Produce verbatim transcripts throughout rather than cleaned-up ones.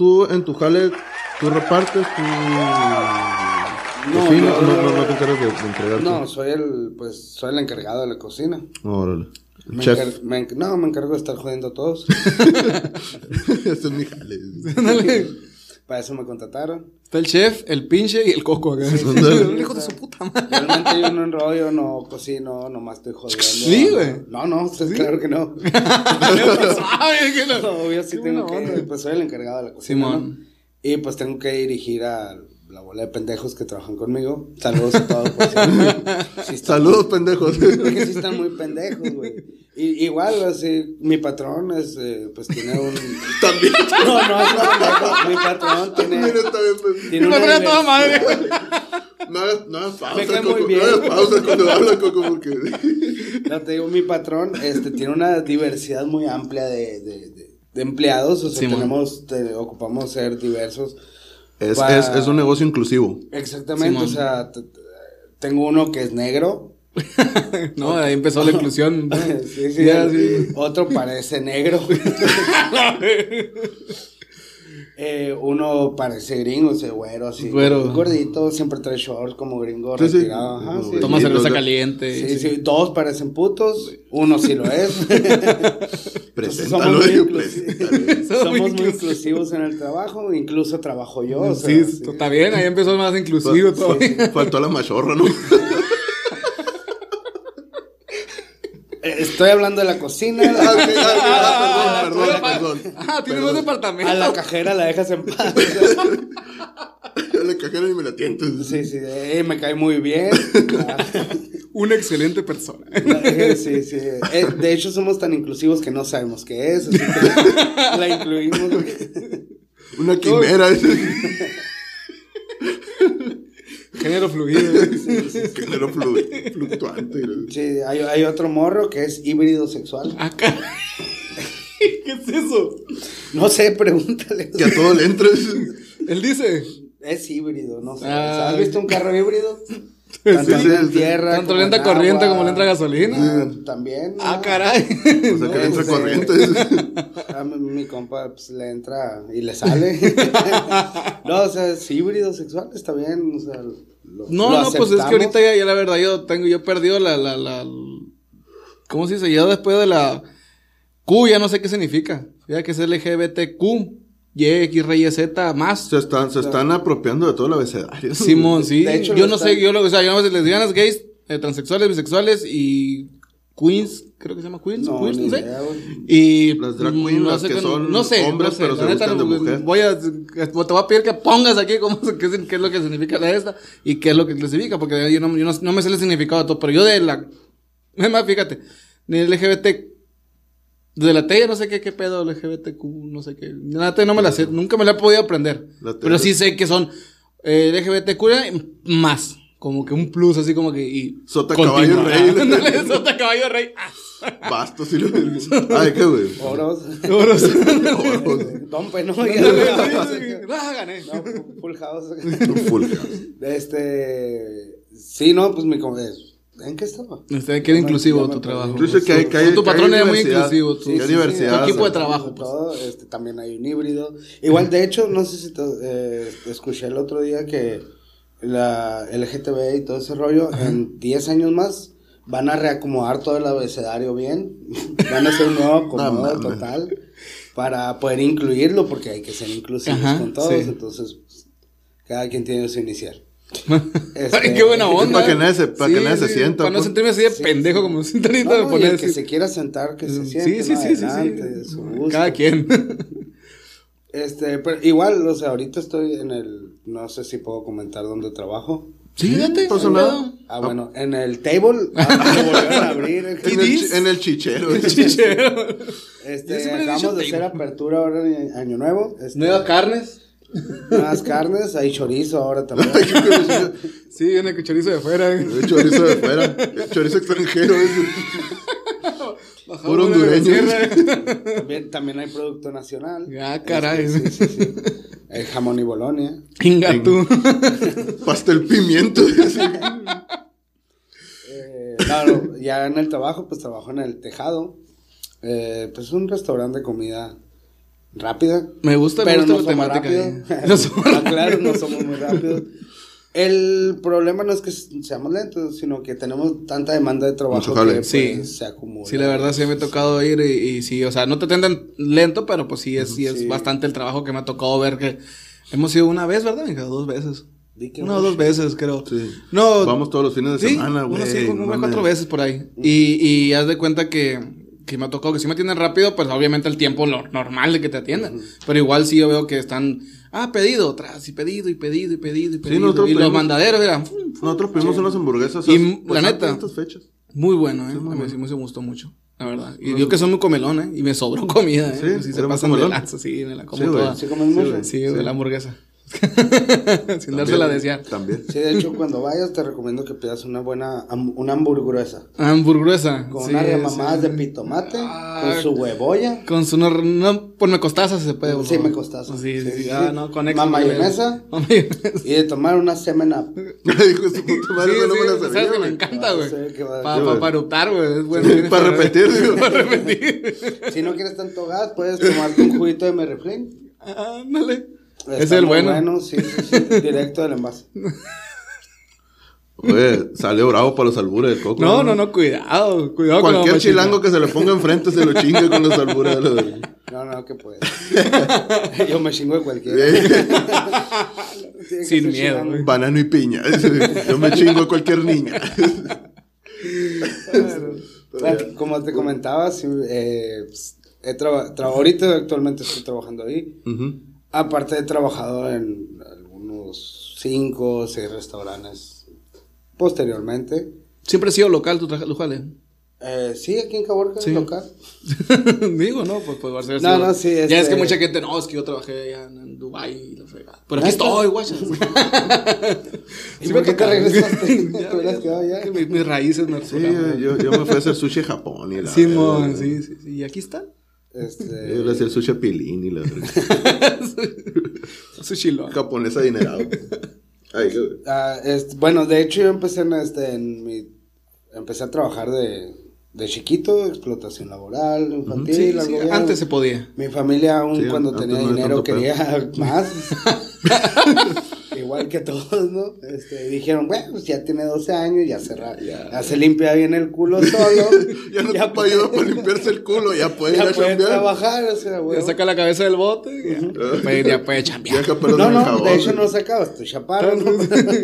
tú en tu jale, tú repartes, tú... No, cocina, no, no, no, no te encargas de, de entregarte. No, soy el, pues, soy el encargado de la cocina. Órale. Me Chef. encar- me enc- no, me encargo de estar jodiendo a todos. Este es mi jale. Para eso me contrataron. Está el chef, el pinche y el coco acá. Sí, sí, El hijo o de sea, su puta madre. Realmente yo no enrollo, no cocino, nomás estoy jodiendo. Sí, güey. No, no, pues, claro que no. Ay, que no. No, obvio sí Qué tengo buena que, onda. pues soy el encargado de la cocina, Simón. ¿no? Y pues tengo que dirigir a la bola de pendejos que trabajan conmigo. Saludos a todos. Por cierto. Sí están- Saludos, pendejos. Porque sí están muy pendejos, güey. Y, igual, así, mi patrón es, eh, pues tiene un... También. No, no, es un pendejo. Mi patrón tiene... Mira, está bien, pues. tiene Mi una patrón a toda madre. No hagas, no hagas pausa, Me cae Coco. muy bien. No hagas pausa cuando habla, Coco, porque... No, te digo, mi patrón este, tiene una diversidad muy amplia de, de, de, de empleados. O sea, Simón. tenemos, te- ocupamos ser diversos. Es, Pa- es, es un negocio inclusivo. Exactamente, Simón. o sea, t- t- tengo uno que es negro. No, ahí empezó la inclusión. Sí, sí, Ya, sí. Otro parece negro. Eh, uno parece gringo, o sea, güero, así. Güero. Gordito, siempre trae shorts como gringo Sí, sí. retirado. Ajá, sí. Toma Sí, cerveza los- caliente. Sí, sí, dos parecen putos, uno sí lo es. Preséntalo, somos muy, eh, inclusi- preséntalo. Somos muy somos muy inclusivos. inclusivos en el trabajo, incluso trabajo yo. O sea, Sí, sí. está bien, ahí empezó más inclusivo Sí, todo. Faltó la machorra, ¿no? Eh, Estoy hablando de la cocina. Ah, la- sí, ah, sí, ah, perdón, perdón, perdón. Ah, tiene un a departamento. la cajera la dejas en paz. Ya le cajera y me la tiento. Sí, sí, eh, me cae muy bien. Ah, Una excelente persona. eh, sí, sí. Eh, de hecho, somos tan inclusivos que no sabemos qué es, así que la incluimos. Una quimera. Género fluido. Género flu- fluctuante. Sí, hay, hay otro morro que es híbrido sexual. Acá. ¿Qué es eso? No sé, pregúntale. Que a todo le entra. Él dice. Es híbrido, no sé. Ah. O sea, ¿has visto un carro híbrido? Tanto sí, en sí. tierra. Tanto como le entra en corriente agua. como le entra gasolina. Ah, también. Ah, ¿no? caray. O sea, que le entra Este- corriente. A mi, mi compa pues, le entra y le sale. No, o sea, es híbrido sexual, está bien. O sea, lo, No, lo no, pues es que aceptamos. ahorita ya, ya la verdad yo tengo, yo he perdido la, la, la, ¿cómo se dice? Ya después de la Q ya no sé qué significa. Ya que es L G B T Q, Y, X, Y, Z, más. Se están, se están apropiando de todo el abecedario. Simón, sí. De hecho, yo lo no sé, están- yo lo, o sea, yo no sé, lesbianas, gays, eh, transexuales, bisexuales y queens, creo que se llama queens, No, queens, ni no sé. idea, güey. Y Las drag mm, queen, no las sé que qué- son no sé, hombres, no sé, pero la se neta, visten de no, mujer. voy a, te voy a pedir que pongas aquí cómo, qué, es- qué es lo que significa la esta y qué es lo que significa, porque yo no, yo no, no me sé el significado de todo, pero yo de la, es más, fíjate, de L G B T, de la T, no sé qué, qué pedo, L G B T Q, no sé qué, la T no me la sé, nunca me la he podido aprender, La T. pero sí sé que son eh, L G B T Q más, como que un plus, así como que, y Sota, continúa. caballo, rey. Ándale, Sota, caballo, rey. Ah, Bastos y lo... Ay, qué güey. Oros. oros. Dompe, ¿no? Ah, gané. No, full house. Full house. Este. Sí, no, pues mi com- es- ¿En qué estaba? Este, que era inclusivo Ya me tu perdí. trabajo. Tú dices que hay, que hay, Tu que hay patrón era muy diversidad. inclusivo, tú. Que hay Sí, sí, diversidad. tu equipo de o sea, trabajo, De pues. todo, este, también hay un híbrido. Igual, de hecho, no sé si te, eh, escuché el otro día que la L G T B y todo ese rollo, en diez años más van a reacomodar todo el abecedario bien. Van a hacer un nuevo acomodo No mames. total para poder incluirlo, porque hay que ser inclusivos Ajá, con todos. sí. Entonces, pues, cada quien tiene su inicial. Ay, qué buena onda. Para que nadie se- para que nadie se sienta, Para no pues. sentirme así de Sí, pendejo sí. como me siento ahorita No, de no, y poner el que así. se quiera sentar, que se Sí, siente. sí, ¿no? sí, sí, Adelante, sí. de su gusto. Cada quien. Este, pero igual, o sea, ahorita estoy en el, no sé si puedo comentar dónde trabajo. Sí, date. no pasa no nada. pedo. Ah, bueno, en el table, ah, lo volvieron a abrir. En el, chi- en el chichero. Chichero. Yo Este, siempre le he acabamos dicho de hacer table. apertura ahora en Año Nuevo. Este, Nuevas carnes. nuevas carnes, hay chorizo ahora también. Sí, viene con chorizo de fuera. El chorizo de fuera. El chorizo extranjero. Es Bajado puro de la hondureño. sierra. También, también hay producto nacional. Ah, caray. Este, sí, sí, sí. Hay jamón y bolonia. Inga tú. Pastel pimiento. Eh, claro, ya en el trabajo, pues trabajo en el Tejado. Eh, pues un restaurante de comida rápida. Me gusta, me pero gusta no la somos temática. rápidos. ahí. No somos Ah, claro, no somos muy rápidos. El problema no es que seamos lentos, sino que tenemos tanta demanda de trabajo Mucho jale. que Sí. pues, se acumula. Sí, la verdad sí me ha tocado ir y, y sí, o sea, no te atienden lento, pero pues sí es, sí es Sí. bastante el trabajo que me ha tocado ver que hemos ido una vez, ¿verdad, mija? Dos veces. Di que Una o dos veces, creo. Sí. No. Vamos todos los fines de Sí, semana, güey. uno sí, como no cuatro me- veces por ahí. Y, y haz de cuenta que, que me ha tocado que si me atienden rápido, pues obviamente el tiempo lo normal de que te atiendan. Pero igual sí yo veo que están, ah, pedido, atrás, y pedido, y pedido, y pedido, y pedido. nosotros y los pedimos- mandaderos eran Nosotros pedimos unas hamburguesas. Y, esas- la neta. en estas fechas. muy bueno, ¿eh? Sí, muy a mí bueno. sí me gustó mucho, la verdad. Y yo que soy muy comelón, ¿eh? Y me sobró comida, ¿eh? Sí, Pues sí se eres muy pasan de comelón. lanza, sí, me la como Sí, güey. toda. ¿Sí comes mucho? güey. Sí, de la hamburguesa. Sin También, dársela a desear. También. Sí, de hecho, cuando vayas te recomiendo que pidas una buena, ham- una hamburguesa. Hamburguesa. Con sí, unas remamadas sí. de pitomate, Ah, con su huevolla. Con su no, no por me costaza se puede. por Sí, favor. me costaza. Sí, sí, Sí, sí. sí, Ah, sí. no, con extra. Ma- mayonesa. Ma- mayonesa. Y de tomar una semen up. Dijo su puta madre, Sí, eso no sí, me la sabes sabía, que me güey. encanta, Ah, güey. sí, que va- Para Sí, güey. pa, eruptar, güey. Es bueno. Para repetir, digo. Para repetir. Si no quieres tanto gas, puedes tomarte un juguito de Meriflame. Ándale. Está Ese es el muy bueno. sí, sí, sí, directo del envase. Oye, salió bravo para los albures del coco. No, no, no, cuidado. Cuidado con Cualquier la chilango que se le ponga enfrente se lo chingue con los albures de los del- No, no, que puedes. Yo me chingo de cualquiera. Tiene que Sin ser miedo, chilango. güey. Banano y piña. Yo me chingo a cualquier niña. Bueno, como te comentaba, sí, eh, pues, he traba- tra- ahorita actualmente estoy trabajando ahí. Ujú. Aparte he trabajado en algunos cinco o seis restaurantes posteriormente. Siempre ha sido local tu trabajo, jale. Eh, sí, aquí en Caborca, Sí. local. Digo, no, pues puede ser. No, no, sí, Ya este- es que mucha gente, no, es que yo trabajé allá en, en Dubái y la fregada. Pero aquí ¿Neta? estoy, guachas. ¿Y por qué te regresaste? Ya, ¿Te hubieras ya, quedado allá? que Mis, mis raíces me Sí, yo, yo me fui a hacer sushi a Japón y la Simón, verga. sí, sí, sí. Y aquí está. Este, Yo le hacía el sushi a Pilín y la verga. Su chilo. Japonés adinerado. Ay, qué- ah, este, bueno, de hecho yo empecé en, este, en mi, empecé a trabajar de, de chiquito, explotación laboral, infantil, Sí, algo sí, bien. antes se podía. Mi familia aún Sí, cuando antes tenía no había dinero tanto quería más. Igual que todos, ¿no? Este, dijeron, bueno, pues ya tiene doce años, ya se, ra- ya se limpia bien el culo solo. Ya no ya te ayuda para limpiarse el culo, ya puede ir ya a puede chambear. trabajar, o sea, Ya güey. saca la cabeza del bote y ya, puede, ya puede chambear. Deja pelos No, en el no, jabón, de hecho güey. no sacaba, estoy chaparro, ¿no?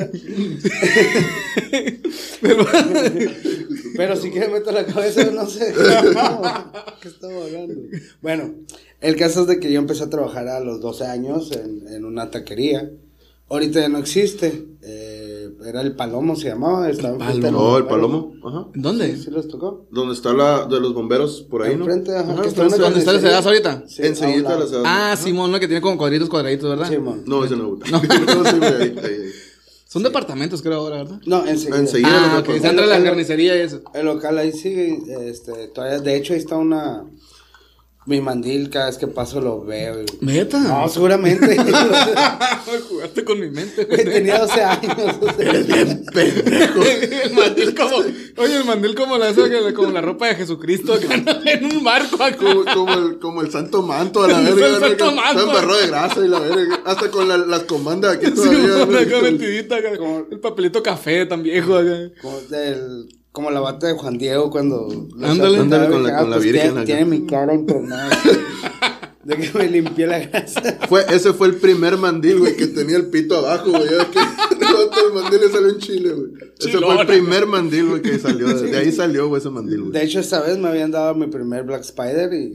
Pero si quiere meter la cabeza, no sé. No, ¿qué estamos hablando? Bueno, el caso es de que yo empecé a trabajar a los doce años en, en una taquería. Ahorita ya no existe. Eh, era el Palomo, se llamaba. Estaba enfrente de los Oh, el bomberos. Palomo. Ajá. ¿En ¿Dónde? Sí, les tocó. Donde está la de los bomberos por ahí, ¿no? Enfrente, ajá, Ajá, que está enfrente. una ¿Dónde está el carnicería. sedazo ahorita? Sí, a un Enseguida lado. la ciudad. Ah, Simón, ¿no? Que tiene como cuadritos, cuadraditos, ¿verdad? Simón. No, ese no. No, sí, güey, ahí, ahí, ahí. Son departamentos, creo, ahora, ¿verdad? No, enseguida. Enseguida. Ah, lo ok, que está entre la carnicería y eso. El local ahí sigue, este, todavía, de hecho ahí está una, mi mandil, cada vez que paso lo veo. y- ¿Neta? No, seguramente. Jugaste con mi mente, Güey, tenía doce años. O sea, Pendejo. El mandil como, oye, el mandil como la, esa que- como la ropa de Jesucristo acá, ¿no? En un barco acá. Como, como, el, como el santo manto a la El verga. ¿no? santo Que manto. Está embarrado de grasa y la verga. Hasta con la- las comandas aquí Sí, todavía. una ¿no? acá mentidita acá. El papelito café tan viejo acá. como, del, como la bata de Juan Diego cuando... Ándale. Ándale con la- Ah, con la pues, virgen Tiene, acá. tiene mi cara impregnada. De que me limpié la grasa. Fue, ese fue el primer mandil, güey, que tenía el pito abajo, güey. Ya que levantó el mandil y salió en Chile, güey. Ese fue Chilona. el primer mandil, güey, que salió. De, de ahí salió, güey, ese mandil, güey. De hecho, esta vez me habían dado mi primer Black Spider y...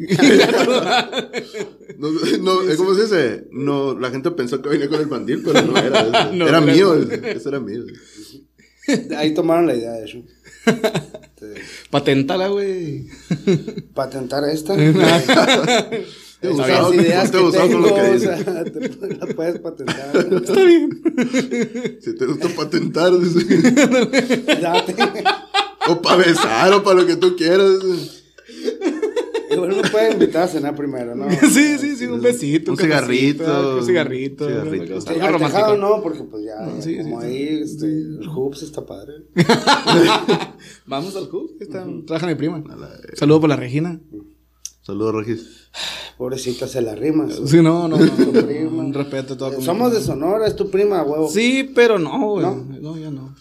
No, no, ¿cómo se dice? No, la gente pensó que venía con el mandil, pero no era. Ese. No, era era- mío, ese, ese era mío. Ahí tomaron la idea, de hecho. Este, Paténtala, güey. patentar esta. Te he Esas usado, ideas te he que usado con lo tengo, que o dices. sea, te, las puedes patentar. Está bien. Si te gusta patentar, dice. Date. O para besar, o para lo que tú quieras. Igual me pueden invitar a cenar primero, ¿no? Sí, sí, sí, un besito. Un cigarrito. cafecito, Un cigarrito. Cigarrito. Algo Sí, al romántico. tejado no, porque pues ya, No, ya sí, como sí, ahí, este, el hoops está padre. Vamos al club. Está, trabaja mi prima. Saludo por la Regina. Saludos, Regis. Pobrecita, se la rima. Su, Sí, no, no, no. tu prima. Un respeto a toda Eh, comunidad. Somos de Sonora, es tu prima, huevo. Sí, pero no, güey. ¿No? No, ya no.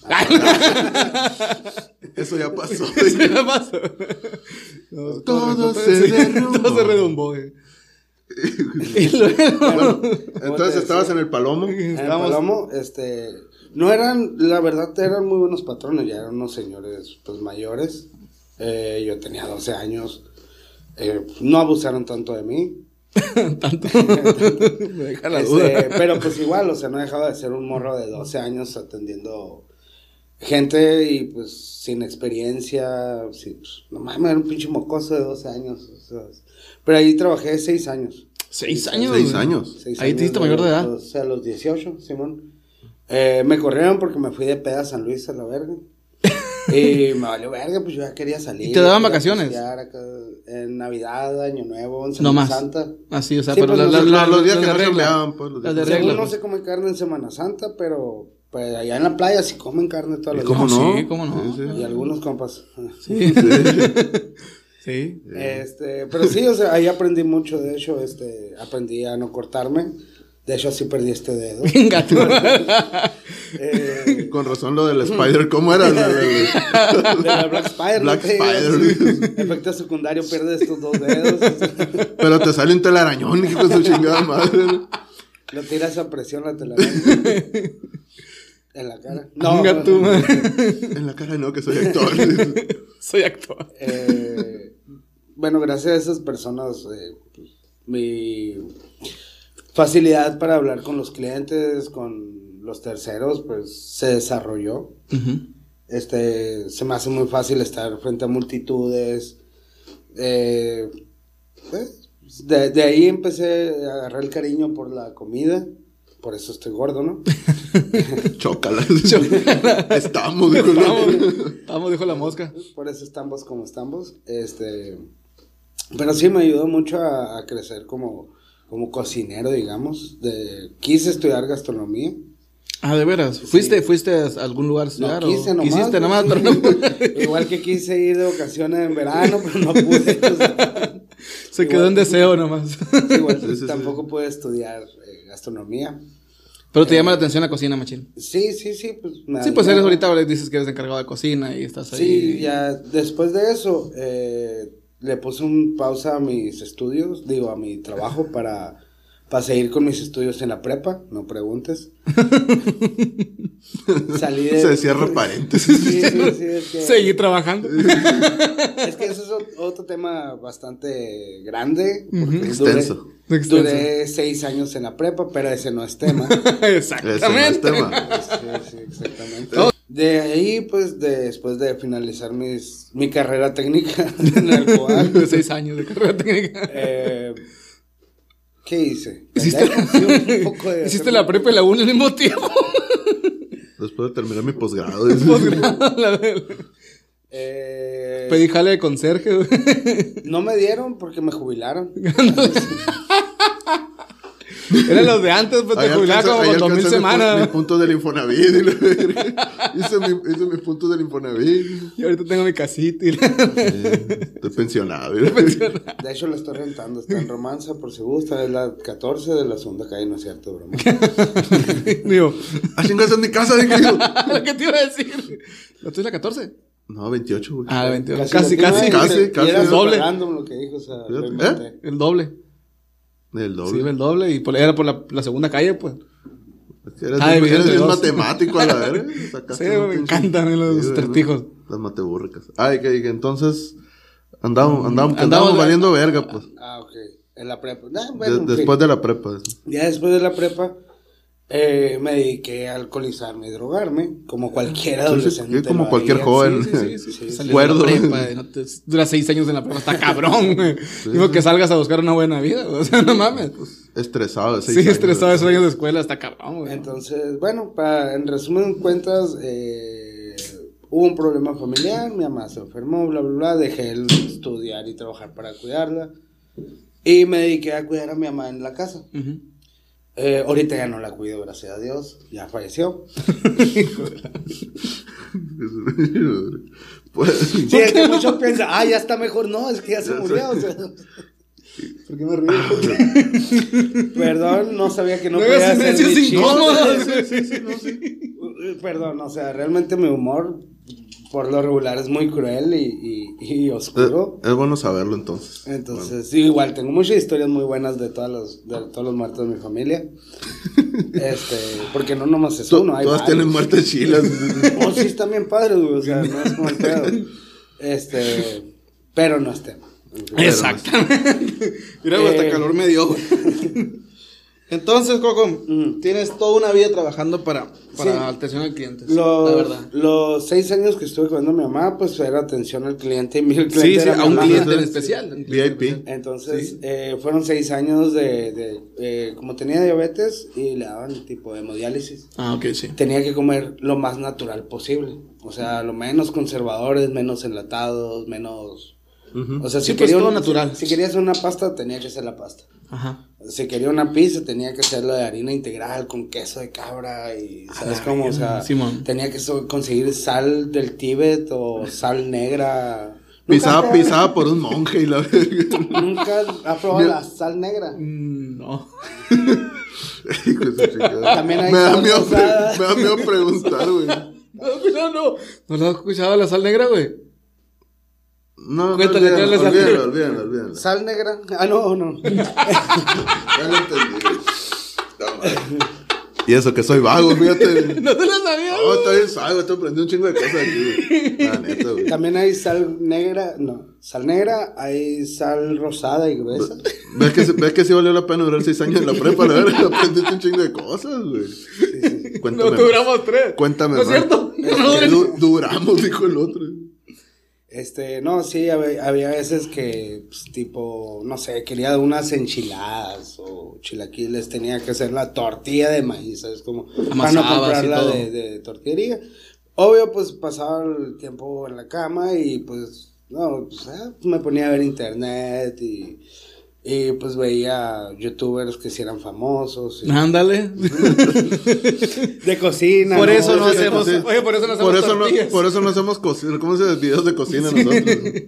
Eso ya pasó. Sí, me pasó. No, Todo se- se sí, derrumbó. Todo se redumbó, güey. Y luego... Bueno, entonces estabas en el Palomo. En el Estamos- Palomo, este, no eran, la verdad, eran muy buenos patrones, ya eran unos señores, pues, mayores. Eh, yo tenía doce años, eh, no abusaron tanto de mí. Tanto. Me deja la Este, duda. pero pues igual, o sea, no dejaba de ser un morro de doce años atendiendo gente y pues sin experiencia, sí, pues, no mames, era un pinche mocoso de doce años, o sea, pero ahí trabajé seis años. Seis años. Seis güey. años. Seis Ahí años te hiciste mayor de edad. O sea, a los dieciocho, Simón. Eh, me corrieron porque me fui de peda a San Luis a la verga. Y me valió verga, pues yo ya quería salir. ¿Y te daban quería vacaciones? pasear acá, en Navidad, Año Nuevo, en No Semana más. Santa. Así, o sea, Sí, pero pues, la- no la- sé, la- Los, los días las que de no se regla. empleaban, pues. Los Las días de que- Según regla, no pues. se come carne en Semana Santa, pero pues allá en la playa sí comen carne todos ¿Y los cómo días. no? Sí, cómo no. Sí, sí. Y algunos compas. Sí. Sí. Este, pero sí, o sea, ahí aprendí mucho, de hecho, este, aprendí a no cortarme. De hecho, así perdí este dedo. Venga, tú. Eh, Con razón lo del Spider, ¿cómo era? La del- de la Black Spider. Black ¿no? Que, Spider. sí, efecto secundario, pierdes estos dos dedos. Pero te sale un telarañón, hijo de su chingada madre. Lo tiras a presión la telaraña. En la cara. Venga, tú, man. En la cara no, que soy actor. Soy actor. Eh, bueno, gracias a esas personas, eh, pues, mi facilidad para hablar con los clientes, con los terceros, pues se desarrolló. Ujú. Este, se me hace muy fácil estar frente a multitudes. Eh, pues, de, de ahí empecé a agarrar el cariño por la comida. Por eso estoy gordo, ¿no? Chócala. Estamos, dijo. Vamos, vamos, dijo la mosca. Por eso estamos como estamos. Este, pero sí me ayudó mucho a, a crecer como, como cocinero, digamos. De, quise estudiar gastronomía. Ah, ¿de veras? ¿Fuiste, fuiste a algún lugar a No estudiar? quise o nomás. Quisiste pues, nomás, sí. pero no. Igual que quise ir de vacaciones en verano, pero no pude. O sea, Se quedó en deseo nomás. igual Sí, sí, sí. tampoco pude estudiar eh, gastronomía. Pero te llama la atención la cocina, machín. Sí, sí, sí. Pues, me Sí, pues ayudó. eres ahorita, dices que eres encargado de cocina y estás ahí. Sí, ya después de eso eh, le puse un pausa a mis estudios, digo, a mi trabajo para, para seguir con mis estudios en la prepa, no preguntes. Salí de... Se cierra paréntesis. Sí, sí, sí, es que, Seguí trabajando. es que eso es ot- otro tema bastante grande. Porque Ujú. duré- Extenso. Extenso. Duré seis años en la prepa, pero ese no es tema. Exactamente. Ese no es tema. Sí, sí, exactamente. De ahí, pues, de- después de finalizar mis, mi carrera técnica en el De Coal, seis años de carrera técnica. eh, ¿qué hice? Hiciste, Pendejo, sí, un poco de hiciste hacer- la prepa y la uni al mismo tiempo. Después de terminar mi posgrado. dice. Posgrado, la del- Eh, Pedí jale de conserje, güey. no me dieron porque me jubilaron. Eran los de antes, pues te Ahí jubilabas alcanza- como ahí con dos mil alcancé mi pu- semanas. Mis puntos del Infonavit. y la verga. hice, mi, hice mis puntos del Infonavit. Y ahorita tengo mi casita. Y la... Eh, estoy pensionado. y la- De hecho, la estoy rentando. Está en Romanza, por si gusta. Es la catorce de la segunda calle, no es cierto, broma. Digo, Ah, chingas, en mi casa. dije yo. lo que te iba a decir. ¿La tuya es la catorce? No, veintiocho, güey. Ah, veintiocho. Casi, Casi, casi. casi, Y casi. era Doble. súper random lo que dijo, o sea, lo Fíjate. inventé. El doble. El Sí, doble. el doble. Y por- era por la, la segunda calle, pues. Eres, Ah, bien- evidente, eres bien dos. matemático a la verga. Sacaste Sí, un me pinche- encantan los Sí, güey, ¿no? acertijos. Las mateburricas. Ay, que, que entonces andábamos, andábamos, que Andamos andábamos de- valiendo verga, pues. Ah, ok. En la prepa. Ah, De- bueno, en fin. después de la prepa. eso. Ya después de la prepa, eh, me dediqué a alcoholizarme y drogarme, como cualquier Sí, sí, adolescente. sí, como lo cualquier haría. joven. Sí, sí, sí. Sí, Salió Cuerdo. de la prepa, de no te- dura seis años en la prepa. Está cabrón, güey. Digo que salgas a buscar una buena vida. O sea, no mames. Estresado. de seis Sí, años. estresado de esos años de escuela. Está cabrón, güey. Entonces, bueno, para, en resumen cuentas, eh, hubo un problema familiar, mi mamá se enfermó, bla, bla, bla, dejé el estudiar y trabajar para cuidarla. Y me dediqué a cuidar a mi mamá en la casa. Ujú. Eh, ahorita ya no la cuido, gracias a Dios, ya falleció. Pues, Sí, es que muchos piensan, ah, ya está mejor. No, es que ya se murió. O sea, ¿Por qué me río? Perdón, no sabía que no, No podía hagas hacer silencios mis incómodos. chistes. Sí, sí, sí, no, sí. Perdón, o sea, realmente mi humor por lo regular es muy cruel y, y, y oscuro. Es, es bueno saberlo entonces. Entonces, sí, igual, tengo muchas historias muy buenas de todas los, de todos los muertos de mi familia. Este, porque no nomás es To- uno, hay Todas varios. tienen muertes chilas. Oh, sí, están bien padres, güey, o sea, no es como el pedo. Este, pero no es tema. Exactamente. Mira, güey, hasta Eh. calor me dio, güey. Entonces, Coco, Mm. tienes toda una vida trabajando para, para Sí. atención al cliente. Los, La verdad. los seis años que estuve cuidando a mi mamá, pues era atención al cliente y mi cliente Sí, sí, era mi a un mamá. cliente en especial. un cliente V I P. en especial. Entonces, Sí. eh, fueron seis años de, de eh, como tenía diabetes y le daban tipo hemodiálisis, Ah, ok, sí. tenía que comer lo más natural posible. O sea, lo menos conservadores, menos enlatados, menos... Ujú. O sea, si Sí, pues, quería todo un- natural. Si, si quería hacer una pasta, tenía que hacer la pasta. Ajá. Si quería una pizza, tenía que hacerla de harina integral con queso de cabra y, ¿sabes Ah, cómo? O sea, Simón. tenía que so- conseguir sal del Tíbet o sal negra. Pisada, ¿Nunca- pisada por un monje y la verga. ¿Nunca has probado la sal negra? Mm, no. Hijo de su chingada. También hay me, da sal miedo, rosada. me da miedo preguntar, güey. No, no, no. ¿No lo has escuchado la sal negra, güey? No, no, Cuéntale, olvídalo, ¿cuál es la- olvídalo, olvídalo, olvídalo. ¿Sal negra? Ah, no, no. Ya lo entendí. No, madre. Y eso que soy vago, fíjate. No te la sabía, No, está bien vago, te aprendí un chingo de cosas aquí, güey. La neta, güey. También hay sal negra, no. Sal negra, hay sal rosada y gruesa. ¿Ves que, ves que sí valió la pena durar seis años en la prepa? La verdad, aprendiste un chingo de cosas, güey. Cuéntame. No duramos tres. Cuéntame ¿No es más. cierto? Es No, que no. du- duramos, dijo el otro. Este, no, sí, había, había veces que, pues, tipo, no sé, quería unas enchiladas o chilaquiles, tenía que hacer la tortilla de maíz, ¿sabes? Como, para no Amasabas y comprarla todo. de, de tortillería. Obvio, pues, pasaba el tiempo en la cama y, pues, no, pues, ah, me ponía a ver internet y, y pues, veía youtubers que sí eran famosos. y- Ándale. de cocina. Por ¿no? eso no Sí, sí, hacemos. sí. Oye, por eso no hacemos Por eso no, tortillas. por eso no hacemos cocina, ¿cómo se dice? Videos de cocina nosotros.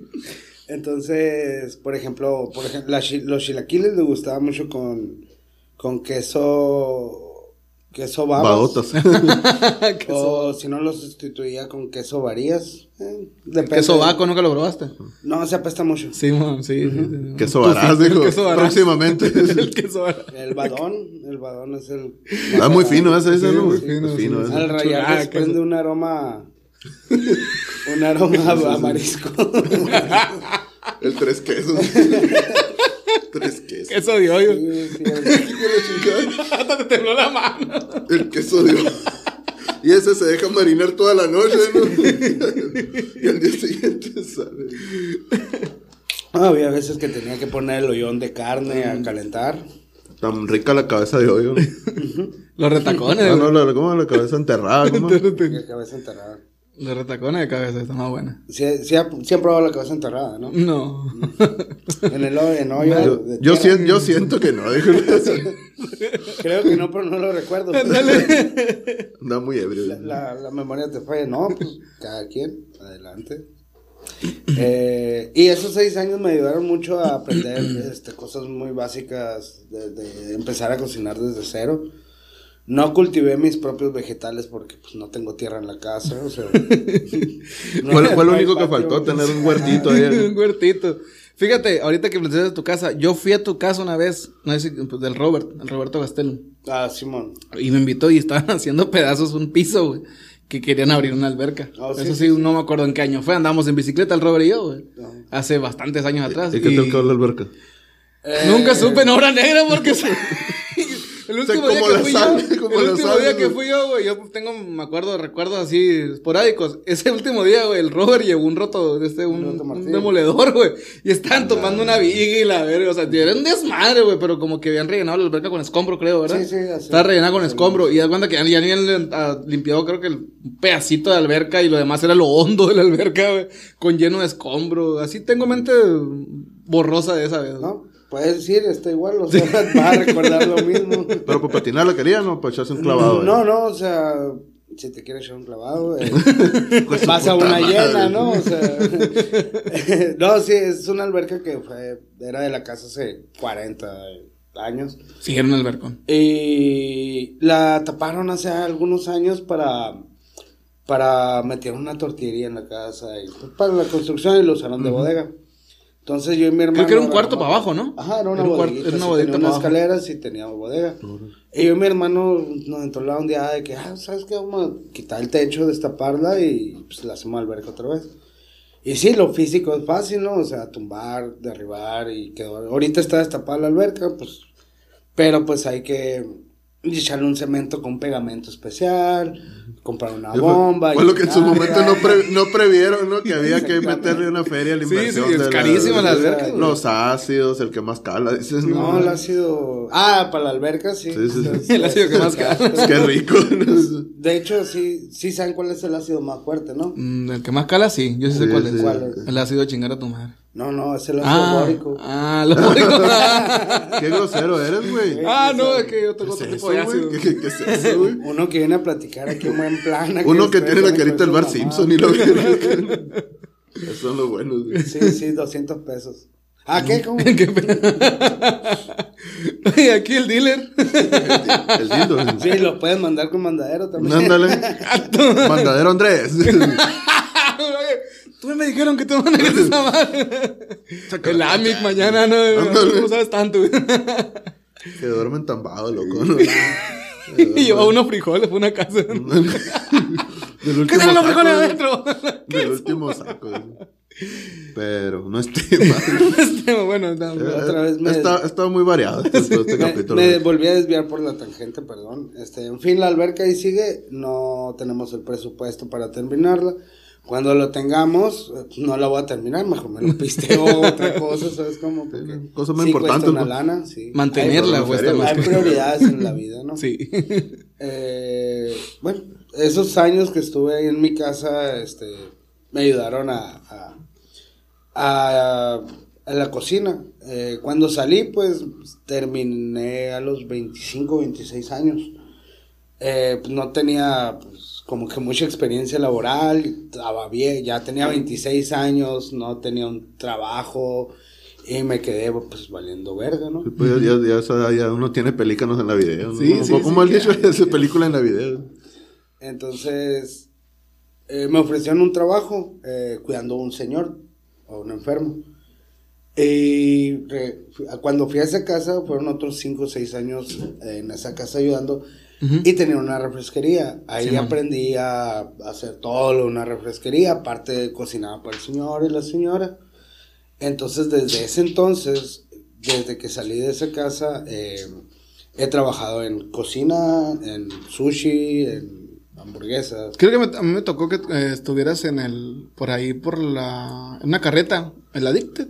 Entonces, por ejemplo, por ejemplo, la chi- los chilaquiles les gustaba mucho con, con queso, queso babas. Baotas. O si no, lo sustituía con queso varías. Eh, depende. Queso vaco, ¿nunca lo probaste? No, se apesta mucho. Sí, man, sí. sí, sí. Queso Barás, El dijo. queso Barás. Próximamente. El queso Barás. El badón, el badón es el... Ah, muy fino ese, ese, Sí, ¿no? muy güey? fino, Muy fino sí, ese. Al rayar Chulada, desprende queso. un aroma... un aroma a marisco. El tres quesos. Tres quesos. Queso de hoyo. Sí, sí, el- Hijo de la chingada. Hasta te tembló la mano. El queso de hoyo. Y ese se deja marinar toda la noche, ¿no? Y al día siguiente sale. Ah, había veces que tenía que poner el hoyón de carne a calentar. Tan rica la cabeza de hoyo. Los retacones, Ah, güey. no, la, ¿cómo? La cabeza enterrada, ¿cómo? La cabeza enterrada. Los retacones de cabeza están más buenas. Sí, sí, ha- sí han probado la cabeza enterrada, ¿no? No. En el hoyo, en hoyo Yo, de yo, tierra. sien- yo siento que no, dijo. Creo que no, pero no lo recuerdo. Anda muy ebrio. La, la, la memoria te falla. No, pues cada quien, adelante. Eh, y esos seis años me ayudaron mucho a aprender este, cosas muy básicas de, de empezar a cocinar desde cero. No cultivé mis propios vegetales porque pues no tengo tierra en la casa, o sea. no Fue, hay- fue lo no hay único que patio. faltó, tener un huertito ahí. Un huertito. Fíjate, ahorita que planteas de tu casa, yo fui a tu casa una vez, no sé si, pues, del Robert, el Roberto Gastelum. Ah, Simón. Y me invitó y estaban haciendo pedazos un piso, güey. Que querían abrir una alberca. Oh, sí, Eso sí, sí, sí. no me acuerdo en qué año fue. Andábamos en bicicleta el Robert y yo, güey. No. Hace bastantes años atrás. ¿Y qué y tal quedó la alberca? Eh, Nunca supe en obra negra porque se- el último como día que la fui sal, yo, como el la último sal, día güey. que fui yo, güey, yo tengo, me acuerdo, recuerdos así esporádicos. Ese último día, güey, el Robert llevó un roto, este, un, Un roto un martillo. demoledor, güey, y estaban tomando una viga y la verga, o sea, era un desmadre, güey, pero como que habían rellenado la alberca con escombro, creo, ¿verdad? Sí, sí, así. Estaba rellenada con Sí. escombro, y das cuenta que ya, ya habían ah, limpiado, creo que el un pedacito de alberca y lo demás era lo hondo de la alberca, güey, con lleno de escombro, así tengo mente borrosa de esa vez, ¿no? ¿No? Puedes decir, está igual, o sea, va a recordar lo mismo. Pero para patinar la querían o para echarse un clavado. No, eh? no, o sea, si te quieres echar un clavado, eh, vas a una llena, ¿no? O sea, no, sí, es una alberca que fue, era de la casa hace cuarenta años. Sí, era un albercón. Y la taparon hace algunos años para, para meter una tortillería en la casa y pues, para la construcción y lo usaron de uh-huh. bodega. Entonces yo y mi hermano... Creo que era un cuarto para abajo, ¿no? Ajá, era una era un bodeguita, cuarto, era una sí, bodega tenía unas para escaleras y teníamos bodega. Uh-huh. Y yo y mi hermano nos entró la ondada de que, ah, ¿sabes qué? Vamos a quitar el techo, destaparla y pues la hacemos alberca otra vez. Y sí, lo físico es fácil, ¿no? O sea, tumbar, derribar y quedó... Ahorita está destapada la alberca, pues... Pero pues hay que echarle un cemento con pegamento especial, comprar una bomba. Fue, fue lo que en su momento no, pre, no previeron, ¿no? Que había que meterle una feria a la inversión. Sí, sí, es carísima la, la alberca. Los ácidos, el que más cala, dices, no. No, el ácido... Ah, para la alberca, sí. Sí, sí, sí. El ácido que más cala. Es que rico. De hecho, sí, sí saben cuál es el ácido más fuerte, ¿no? Mm, el que más cala, sí. Yo sí, sí sé cuál, sí, es. ¿Cuál es. El ácido de chingar a tu madre. No, no, es el ácido ah, bórico. Ah, lo bórico. Qué grosero eres, güey. Ah, no, es que yo tengo otro tipo de ácido. ¿Qué, qué, qué es eso, güey? Uno que viene a platicar aquí un buen plan. Uno que tiene la carita del Bart Simpson y lo que... Esos son los buenos, güey. Sí, sí, doscientos pesos. ¿Ah, qué? ¿Cómo? ¿Qué Oye, aquí el dealer. El, el dildo. Sí, lo puedes mandar con mandadero también. Ándale. Mandadero Andrés. Tú me dijeron que tú manejas esa madre. El Amic mañana, no, no, no sabes tanto. Que duermen tambado, loco, ¿no? Y llevaba unos frijoles por una casa. Del último ¿Qué tienen los frijoles saco, adentro? Del último saco. Pero no es tema. No es tema, bueno, no, eh, otra vez me... Está, está muy variado este, este me, capítulo. Me volví a desviar por la tangente, perdón. Este, en fin, la alberca ahí sigue. No tenemos el presupuesto para terminarla. Cuando lo tengamos, no la voy a terminar, mejor me lo pisteo otra cosa, ¿sabes cómo? Porque cosa muy sí importante. Cuesta una lana, sí. Mantenerla, hay, cuesta hay prioridades en la vida, ¿no? Sí. Eh, bueno, esos años que estuve ahí en mi casa, este, me ayudaron a, a, a, a la cocina. Eh, cuando salí, pues, terminé a los veinticinco, veintiséis años. Eh, pues no tenía, pues, como que mucha experiencia laboral, estaba bien, ya tenía veintiséis años, no tenía un trabajo y me quedé pues valiendo verga, ¿no? Pues ya, ya, ya, ya uno tiene pelícanos en la video, ¿no? Sí, como sí, como sí, el dicho, hace película en la video. Entonces, eh, me ofrecieron un trabajo eh, cuidando a un señor, a un enfermo. Y eh, cuando fui a esa casa, fueron otros cinco o seis años eh, en esa casa ayudando. Uh-huh. Y tenía una refresquería. Ahí sí, aprendí a hacer todo lo de una refresquería. Aparte cocinaba para el señor y la señora. Entonces desde ese entonces, desde que salí de esa casa, eh, he trabajado en cocina, en sushi, en hamburguesas. Creo que me, a mí me tocó que eh, estuvieras en el, por ahí por la, en una carreta, el Addicted.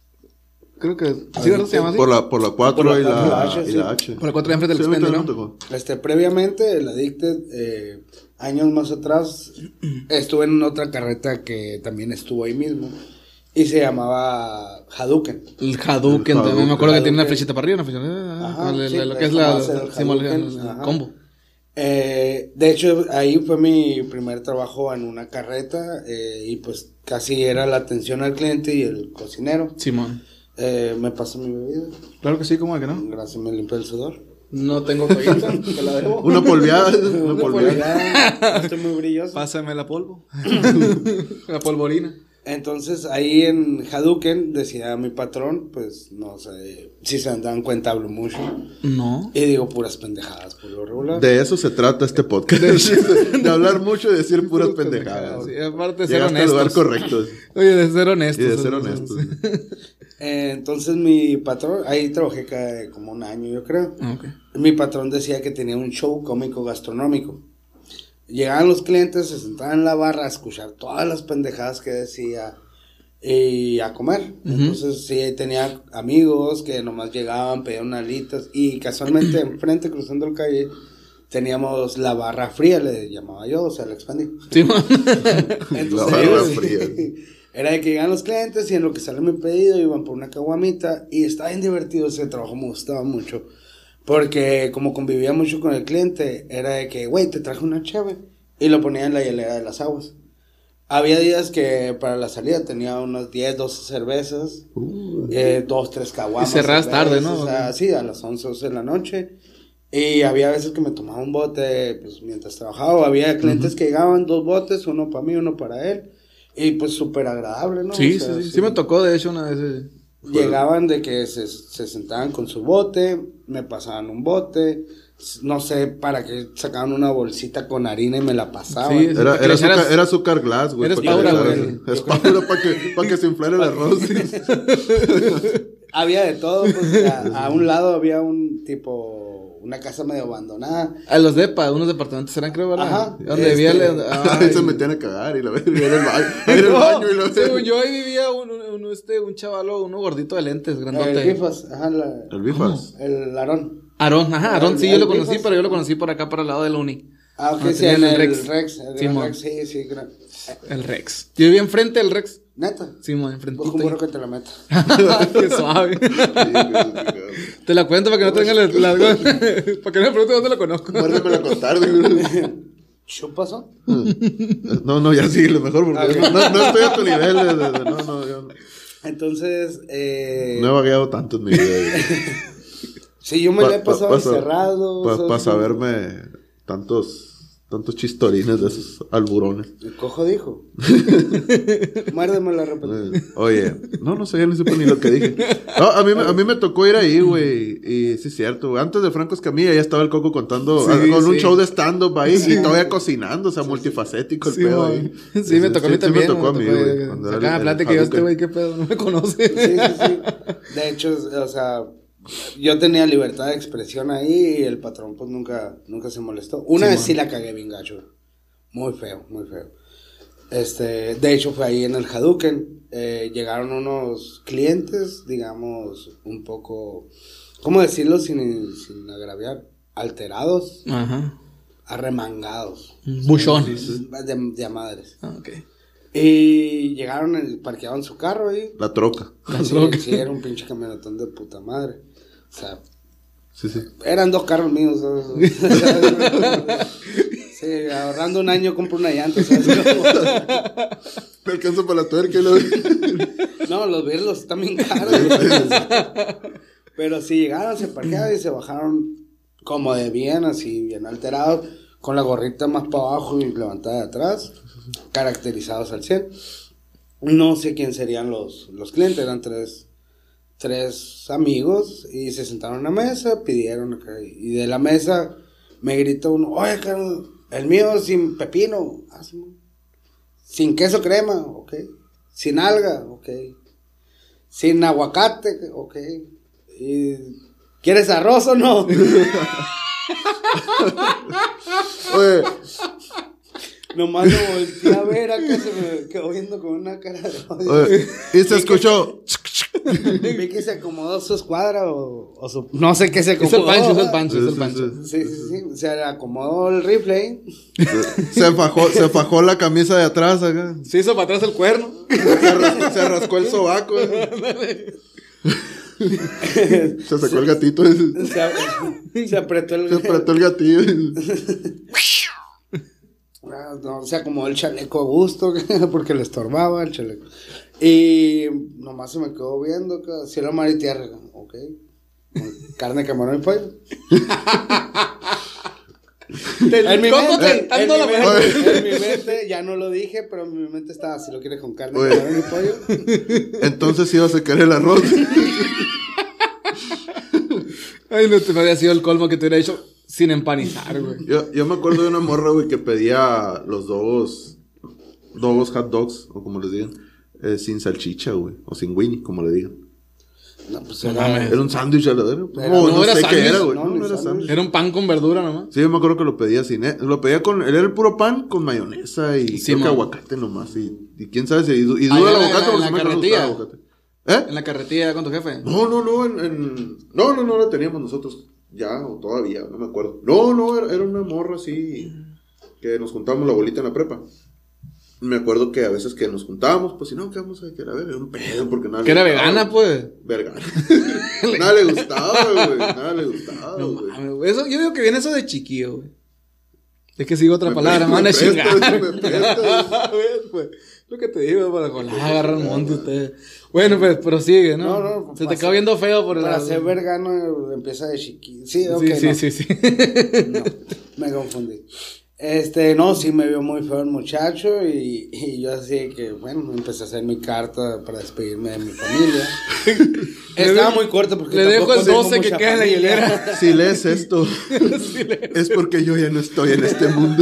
Creo que, ¿sí, verdad? ¿Se llama así? Por la, por la cuatro y la, la H, y la H. Por la cuatro enfrente del sí, expendio, ¿no? Este, previamente, el Addicted, eh, años más atrás, estuve en otra carreta que también estuvo ahí mismo. Y se llamaba Hadouken. El Hadouken, también me acuerdo que tiene una flechita para arriba, una flechita. Ajá, el, sí, lo que es la, el combo. Eh, de hecho, ahí fue mi primer trabajo en una carreta. Eh, y pues casi era la atención al cliente y el cocinero. Simón. Eh, ¿Me pasó mi bebida? Claro que sí, ¿cómo es que no? Gracias, me limpié el sudor. No tengo toallita, te la debo. Una polveada, una, una polveada. Estoy muy brilloso. Pásame la polvo. La polvorina. Entonces, ahí en Hadouken decía mi patrón, pues, no sé, si se dan cuenta hablo mucho. No. Y digo puras pendejadas por lo regular. De eso se trata este podcast. De, de hablar mucho y decir puras pendejadas. Sí, aparte de ser Llegaste honestos. al lugar correcto. Oye, de ser honestos. Y de ser honestos. Eh, entonces mi patrón, ahí trabajé cada, como un año yo creo. Okay. Mi patrón decía que tenía un show cómico gastronómico. Llegaban los clientes, se sentaban en la barra a escuchar todas las pendejadas que decía y a comer. Uh-huh. Entonces sí, tenía amigos que nomás llegaban, pedían alitas y casualmente enfrente, cruzando la calle, teníamos la barra fría, le llamaba yo, o sea, la expandí. Sí, entonces, la barra fría. Era de que llegaban los clientes y en lo que sale mi pedido iban por una caguamita y estaba bien divertido ese trabajo, me gustaba mucho. Porque como convivía mucho con el cliente, era de que, güey, te traje una cheve. y lo ponía en la hielera de las aguas. Había días que para la salida tenía unas diez, doce cervezas, uh, eh, dos, tres caguamas. Y cerras tarde, ¿no? O sea, sí, a las once, once de la noche. Y había veces que me tomaba un bote, pues, mientras trabajaba. Había clientes uh-huh. que llegaban, dos botes, uno para mí, uno para él. Y, pues, súper agradable, ¿no? Sí, o sea, sí, sí, sí, sí me tocó, de hecho, una vez. Eh. Llegaban de que se, se sentaban con su bote, me pasaban un bote... No sé, para que sacaban una bolsita con harina y me la pasaban. Sí, era, era, azúcar, era azúcar glass, güey. Eres Paura, güey. Es Paura para que, pa que se inflare el arroz. Había de todo, pues, a, a un lado había un tipo, una casa medio abandonada. A los depa, unos departamentos eran, creo, ¿verdad? Ajá. Donde este... vivía... Ahí se metían a cagar y la vivía en el baño. Ahí en el baño y la según yo, ahí vivía un, un, este, un chavalo, uno gordito de lentes, grandote. El Bifas, ajá. La... El Bifas. El Aarón. Aarón, ajá, Aarón, sí, yo lo conocí, pero yo lo conocí por acá, para el lado de la uni. Ah, ok, sí, en el Rex. Rex, el sí, Rex, sí, sí. Gran... El Rex. Yo vivía enfrente del Rex. ¿Neta? Sí, mo, enfrente. Pues como que te la meto. Qué suave. Te la cuento para que no tenga las... La, para que no me pregunte dónde lo conozco. Muérdemela con tarde, güey. ¿Qué pasó? No, no, ya sí, lo mejor, porque okay. no, no estoy a tu nivel. De, de, de, no, no, yo... Entonces, eh... no he vagueado tanto en mi vida. Sí, yo me pa, la he pasado pa, encerrado. Para pa saberme tantos tantos chistorines de esos alburones. El cojo dijo. Muérdeme la repetida. Oye, no, no sé, ya ni supe ni lo que dije. No, a mí, a mí me tocó ir ahí, güey. Y sí es cierto, antes de Franco Escamilla ya estaba el Coco contando, sí, a, con sí. un show de stand-up ahí sí. y todavía cocinando, o sea, sí, multifacético el sí, pedo ahí. Sí, me tocó a mí también. Sí, me tocó a mí, güey. Sacaba plática y yo, este güey, qué pedo, no me conoce. Sí, sí, sí. De hecho, o sea... Yo tenía libertad de expresión ahí y el patrón pues nunca, nunca se molestó. Una sí, vez man. sí la cagué bien gacho. Muy feo, muy feo. Este, de hecho fue ahí en el Hadouken. Eh, llegaron unos clientes, digamos, un poco, ¿cómo decirlo sin, sin agraviar? Alterados. Ajá. Arremangados. Buchón. De, de a madres. Ah, ok. Y llegaron, y parqueaban su carro ahí. La troca. La sí, troca. Sí, era un pinche camionetón de puta madre. O sea, sí, sí. Eran dos carros míos. Sí, ahorrando un año compro una llanta. ¿Sabes? Me alcanzo para la tuerca y lo... No, los verlos están bien caros. Pero sí, llegaron, se parquearon y se bajaron como de bien, así, bien alterados, con la gorrita más para abajo y levantada de atrás, caracterizados al cien. No sé quién serían los, los clientes, eran tres... tres amigos y se sentaron en una mesa, pidieron y de la mesa me gritó uno, oye, Carlos, el mío sin pepino, ah, sí, sin queso crema, ok, sin alga, ok, sin aguacate, ok, y ¿quieres arroz o no? Oye, nomás lo volteé a ver, acá se me quedó viendo con una cara de odio. Oye, y se escuchó. Vi que se acomodó su escuadra o, o su... No sé qué se acomodó. Es el pancho, es el pancho, es el pancho. Sí, sí, sí. Se acomodó el rifle. Se, se, fajó, se fajó la camisa de atrás acá. Se hizo para atrás el cuerno. Se rascó, se rascó el sobaco. Se sacó el gatito. Se, se apretó el... Se apretó el gatillo. No, se acomodó el chaleco a gusto porque le estorbaba el chaleco. Y nomás se me quedó viendo, cielo, mar y tierra, ok, carne, camarón y pollo. en, mi mente, en, mi mente, en mi mente, ya no lo dije, pero en mi mente estaba, si lo quieres con carne, Oye. camarón y pollo. Entonces ibas a querer el arroz. Ay, no te me había sido el colmo que te hubiera hecho sin empanizar, güey. Yo, yo me acuerdo de una morra, güey, que pedía los dogos, dogos hot dogs, o como les digan. Eh, sin salchicha, güey. O sin Winnie, como le digan. No, pues era... Era un sándwich, ¿verdad? No, no, no era sé sándwich. qué era, güey. No, No, no era sándwich. Era un pan con verdura nomás. Sí, yo me acuerdo que lo pedía sin... Eh, lo pedía con... Era el puro pan con mayonesa y sí, creo que aguacate nomás. Y, y quién sabe si... Y, y dura el aguacate porque se me carretilla. el aguacate. ¿Eh? En la carretilla con tu jefe. No, no, no. En, en... No, no, no la teníamos nosotros. Ya, o todavía, no me acuerdo. No, no, era, era una morra así... Que nos juntábamos la bolita en la prepa. Me acuerdo que a veces que nos juntábamos, pues si no, ¿qué vamos a hacer? A ver, era un pedo porque nada. Que era vegana, pues. Vegana. Nada le gustaba, güey. Nada le gustaba, no, güey. Eso, yo digo que viene eso de chiquillo, güey. Es que sigo otra Me palabra, pre- man, me es prestas, chingada. me prestas. ¿Ves, pues? Lo que te digo, para con agarrar un monte ustedes. Bueno, pues prosigue, ¿no? No, no, Se te pasa- quedó viendo feo por el Para lado. ser vergano empieza de chiquito. Sí, ok, Sí, sí, no. sí, sí. No, me confundí. Este, no, sí me vio muy feo el muchacho y, y yo así que, bueno, empecé a hacer mi carta para despedirme de mi familia. Estaba muy corto porque Le dejo tampoco el tengo doce que mucha queda en la familia. hielera. Si lees esto, es porque yo ya no estoy en este mundo.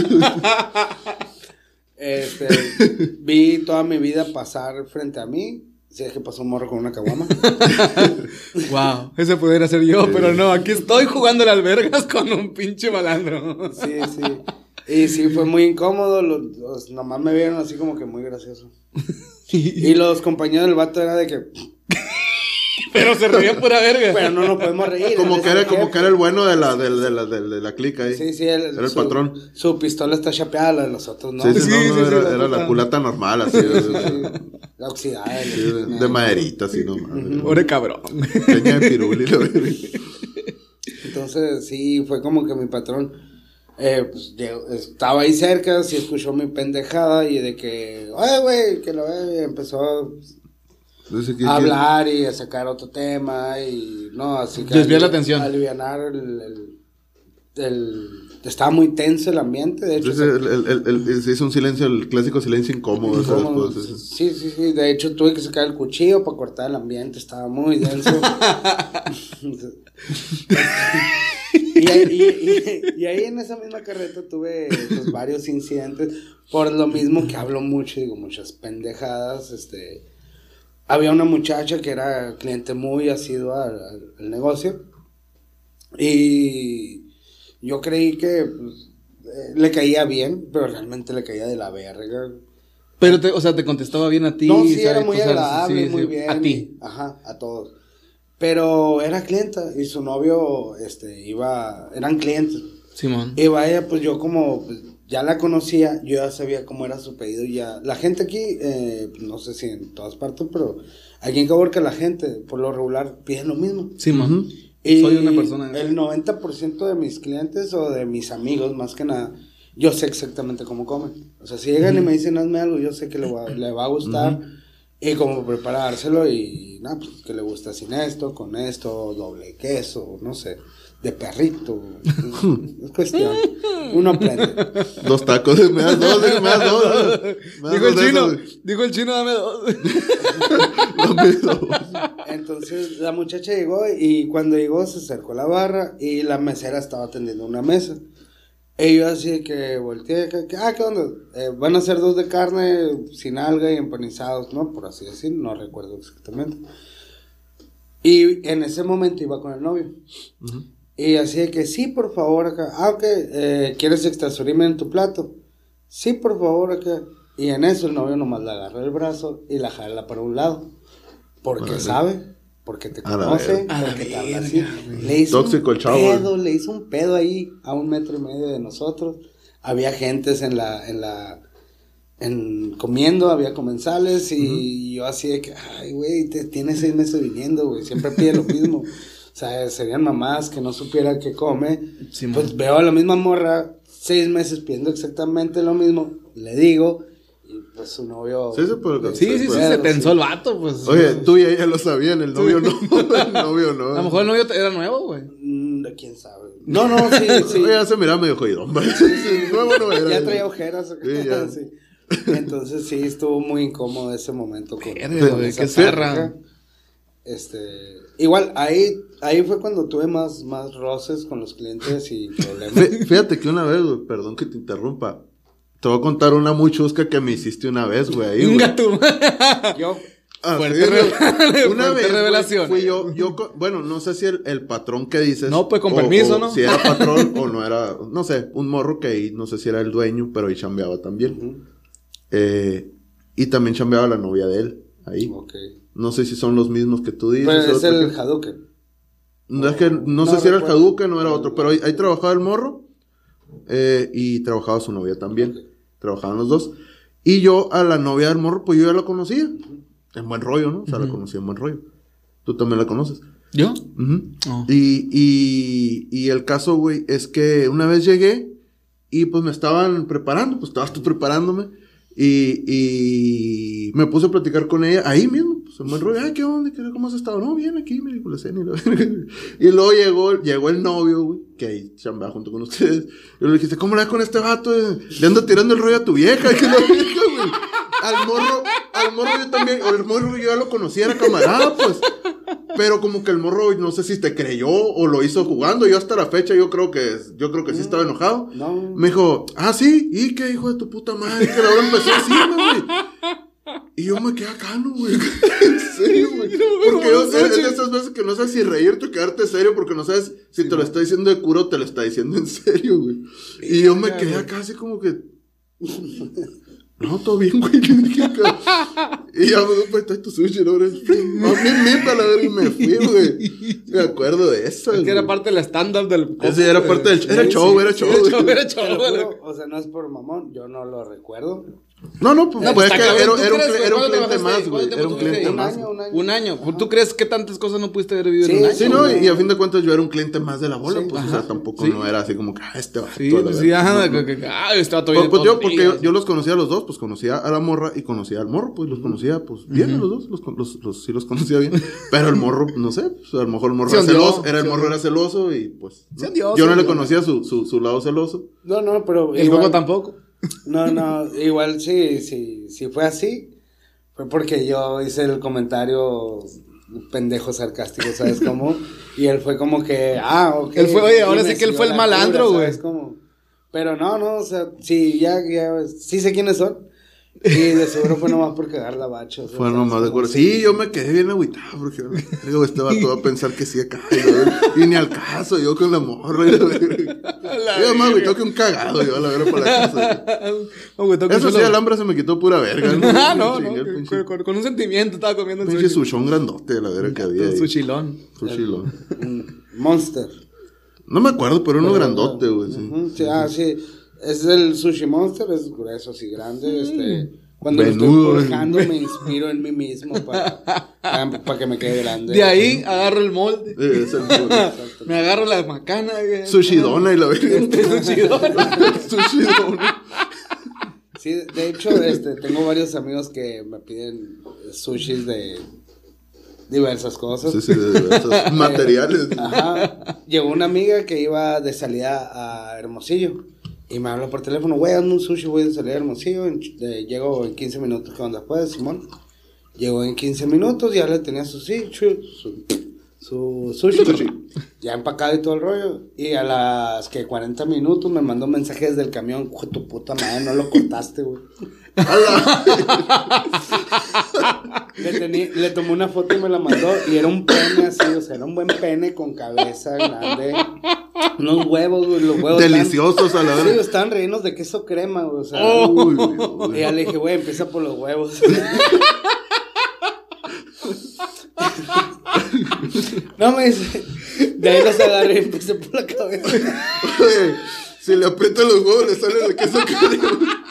Este, vi toda mi vida pasar frente a mí. Si es que pasó un morro con una caguama. Wow, ese pudiera ser yo, pero no, aquí estoy jugando las vergas con un pinche malandro. Sí, sí. Y sí, fue muy incómodo. Los, los- nomás me vieron así como que muy gracioso. Y los compañeros del vato era de que, Pero se reía pura verga. pero no nos podemos reír. Como él que es era, el como jefe. que era el bueno de la, de, de la, de, de la clica ahí. Sí, sí, él, Era el su- patrón. Su pistola está chapeada, la de los otros, ¿no? Sí, sí, Sí, no, sí, no, sí, era, la era puta. la culata normal, así, de, Sí, de- la oxidada. sí, de- de maderita, así nomás. Pobre cabrón. Peña de piruli, la verga. Entonces, sí, fue como que mi patrón eh, pues, llegó- estaba ahí cerca, sí escuchó mi pendejada y de que, oye, güey, que lo ve, y empezó Dice que- a hablar y a sacar otro tema y, no, así que... Desviar la aliv- atención. Alivianar el, el, el- estaba muy tenso el ambiente, de hecho... Dice, el, el, el, el- se hizo un silencio, el clásico silencio incómodo. ese Incómodo. después, ese. Sí, sí, sí. De hecho, tuve que sacar el cuchillo para cortar el ambiente. Estaba muy denso. y, ahí, y- y- y ahí en esa misma carreta tuve pues, varios incidentes. Por lo mismo que hablo mucho, digo muchas pendejadas. Este, había una muchacha que era cliente muy asidua al, al- al negocio. Y yo creí que pues, eh, le caía bien, pero realmente le caía de la verga. Pero, te, o sea, te contestaba bien a ti. No, sí, ¿sabes? era muy O sea, agradable, sí, muy sí, bien. A ti. y- ajá, a todos. Pero era clienta y su novio, este, iba, eran clientes. Simón. Y vaya, pues yo como pues, ya la conocía, yo ya sabía cómo era su pedido y ya. La gente aquí, eh, no sé si en todas partes, pero aquí en Caborca la gente, por lo regular, pide lo mismo. Simón. Ujú. Y Soy una persona de- el noventa por ciento de mis clientes o de mis amigos, más que nada, yo sé exactamente cómo comen. O sea, si llegan y me dicen, hazme algo, yo sé que le va, le va a gustar. Y cómo preparárselo y nada, pues que le gusta sin esto, con esto, doble queso, no sé, de perrito. Es cuestión. Uno aprende. Dos tacos, me das dos, me das dos. Me das Dijo el dos de chino, esos. dijo el chino, dame dos. Dame dos. Entonces la muchacha llegó y cuando llegó se acercó a la barra y la mesera estaba atendiendo una mesa. Y yo así que volteé, que, que, ah, ¿qué onda? Eh, van a ser dos de carne sin alga y empanizados, ¿no? Por así decir, no recuerdo exactamente. Y en ese momento iba con el novio. Ujú. Y así de que, sí, por favor, acá. Ah, ok, eh, ¿quieres extra surimi en tu plato? Sí, por favor, acá. Y en eso el novio nomás la agarra el brazo y la jala para un lado. Porque Órale. sabe, porque te A la conoce, verga. A la porque te habla así. verga, güey. Le hizo Tóxico un el chavo, pedo, le hizo un pedo ahí a un metro y medio de nosotros. Había gentes en la, en la, en comiendo, había comensales y yo así de que, ay, güey, te, tiene seis meses viniendo, güey, siempre pide lo mismo. O sea, serían mamás que no supiera qué come. Sí, Pues man. veo a la misma morra, seis meses pidiendo exactamente lo mismo, le digo, y pues su novio... Sí, sí, pero- Sí, sí, sí, pues. se tensó el vato, pues. Oye, tú y ella lo sabían, el novio no. El novio no. A lo mejor el novio era nuevo, güey. Mm, ¿Quién sabe? No, no, sí, sí. Oye, ya se miraba medio jodido. Sí, sí, nuevo no era. Ya traía ojeras. Sí, ya. Sí. Entonces sí, estuvo muy incómodo ese momento con, Verga, con güey, esa qué zarra. pareja. Este, igual, ahí, ahí fue cuando tuve más, más roces con los clientes y problemas. Fí- Fíjate que una vez, güey, perdón que te interrumpa. Te voy a contar una muy chusca que me hiciste una vez, güey. ahí, güey. Venga tú. Yo, Ah, Fuerte sí, re- güey. Una fuerte vez, güey, revelación. fui yo, yo, co- bueno, no sé si el, el patrón que dices. No, pues, con o- permiso, o ¿no? Si era patrón o no era, no sé, un morro que ahí, no sé si era el dueño, pero ahí chambeaba también. Ujú. Eh, y también chambeaba la novia de él, ahí. ok. No sé si son los mismos que tú dices. Pero es otro el que- Hadouken. No, es que no, No sé si era el recuerdo. Hadouken o era otro, pero ahí, ahí trabajaba el morro eh, y trabajaba su novia también. Ok. Trabajaban los dos. Y yo a la novia del morro, pues yo ya la conocía. En buen rollo, ¿no? O sea, la conocía en buen rollo. Tú también la conoces. ¿Yo? Ujú. Oh. Y, y, y el caso, güey, es que una vez llegué Y pues me estaban preparando, pues estabas tú preparándome. Y, y me puse a platicar con ella ahí mismo. Pues en buen rollo, ay, ¿qué onda? ¿Cómo has estado? No, bien, aquí, me dijo la cena. Y luego llegó, llegó el novio, güey, que ahí chambea junto con ustedes. Y le dijiste, ¿cómo le das con este vato? Le anda tirando el rollo a tu vieja. Que la vieja, güey. Al morro, al morro yo también, o el morro yo ya lo conocía, era camarada, pues. Pero como que el morro, no sé si te creyó o lo hizo jugando. Yo hasta la fecha, yo creo que, yo creo que sí estaba enojado. No. Me dijo, ah, sí, ¿y qué hijo de tu puta madre? Que la hora empezó a decirme, güey. Y yo me quedé acá, ¿no, güey? En serio, güey. Porque yo, es de esas veces que no sabes si reírte o quedarte serio, porque no sabes si te lo está diciendo de cura o te lo está diciendo en serio, güey. Y yo me quedé acá así como que... No, todo bien, güey. Y ya me pues está tu sushi, ¿no? A mí me la verga y me fui, güey. Me acuerdo de eso. Es que era parte del stand-up del. Ese era parte del. Era show, era show. Era show, era show, güey. O sea, no es por mamón, yo no lo recuerdo. No, no, pues, No, pues es está que cabrón. era, ¿Tú era, un, crees, cli- era un cuándo cliente trabajaste? más, güey. ¿Cuánto Era un tiempo cliente Un más. año, un año. Un año. ¿Tú crees que tantas cosas no pudiste haber vivido Sí, en un año? Sí, no, y, y a fin de cuentas yo era un cliente más de la bola, Sí, pues, ajá. o sea, tampoco Sí. no era así como que, ah, este vato. Sí, la pues verdad. sí, ajá. No, no. que- que- Ah, estaba Pues, todavía. pues, yo, porque yo, yo los conocía a los dos, pues conocía a la morra y conocía al morro, pues los conocía, pues bien a los dos, los, con- los, los, sí los conocía bien. Pero el morro, no sé, pues, a lo mejor el morro Se era hundió, celoso, era el se morro hundió. era celoso y pues. Se ¿no? hundió, Yo se no le hundió. conocía su, su, su lado celoso. No, no, pero. El igual- Coco tampoco. No, no, igual sí, sí, sí fue así. Fue porque yo hice el comentario pendejo sarcástico, ¿sabes cómo? Y él fue como que, ah, ok. Él fue, oye, ahora y me sí que él siguió fue el la malandro, cura, güey. ¿sabes cómo? Pero no, no, o sea, sí, ya, ya, sí sé quiénes son. Y de seguro fue nomás por cagar la bacha. O sea, Fue ¿sabes nomás de cómo? acuerdo. Sí, yo me quedé bien agüitado porque digo, este vato va a pensar que sí acá. Y, yo, y ni al caso, yo con la morra. Y la verga. Yo más agüitado que un cagado, yo a la verga para la casa. No, güey, tengo Eso que sí, solo- el hambre se me quitó pura verga. ¿no? Ah, no, no. Chingué el que- pinche- Con, con un sentimiento estaba comiendo el pinche sushi. sushón grandote, la verga que había ahí. Su chilón. Sushilón. Mm, Monster. No me acuerdo, pero uno Pero, grandote, güey. Sí. Ujú, sí, ah, sí. Es el Sushi Monster, es grueso así grande. Este, cuando Venudo, lo güey. estoy forjando me inspiro en mí mismo para, para, para que me quede grande. De ahí agarro el molde. Eh, es el Me agarro la macana. güey. Sushidona y la verga. Sushidona. Sushidona. Sí, de hecho, este, tengo varios amigos que me piden sushis de diversas cosas. Sí, sí, de diversos materiales. Ajá. Llegó una amiga que iba de salida a Hermosillo y me habló por teléfono, güey, hazme un sushi, voy de salida a Hermosillo, en- de- llego en quince minutos, ¿qué onda? ¿Puedes, Simón? Llegó en quince minutos, ya le tenía su, sí, chu- su, su sushi, Sushi. ya empacado y todo el rollo, y a las que cuarenta minutos me mandó mensajes del camión, "Hijo de tu puta madre, no lo cortaste, güey". Le, tení- le tomó una foto y me la mandó y era un pene así, o sea, era un buen pene con cabeza grande, unos huevos, güey, los huevos Deliciosos a la están, sí, verga. están rellenos de queso crema, güey, o sea, Uy, uy, uy. y ya le dije, güey, empieza por los huevos. No me dice, de ahí los agarré y empecé por la cabeza. Oye, si le aprietan los huevos, le sale el queso crema.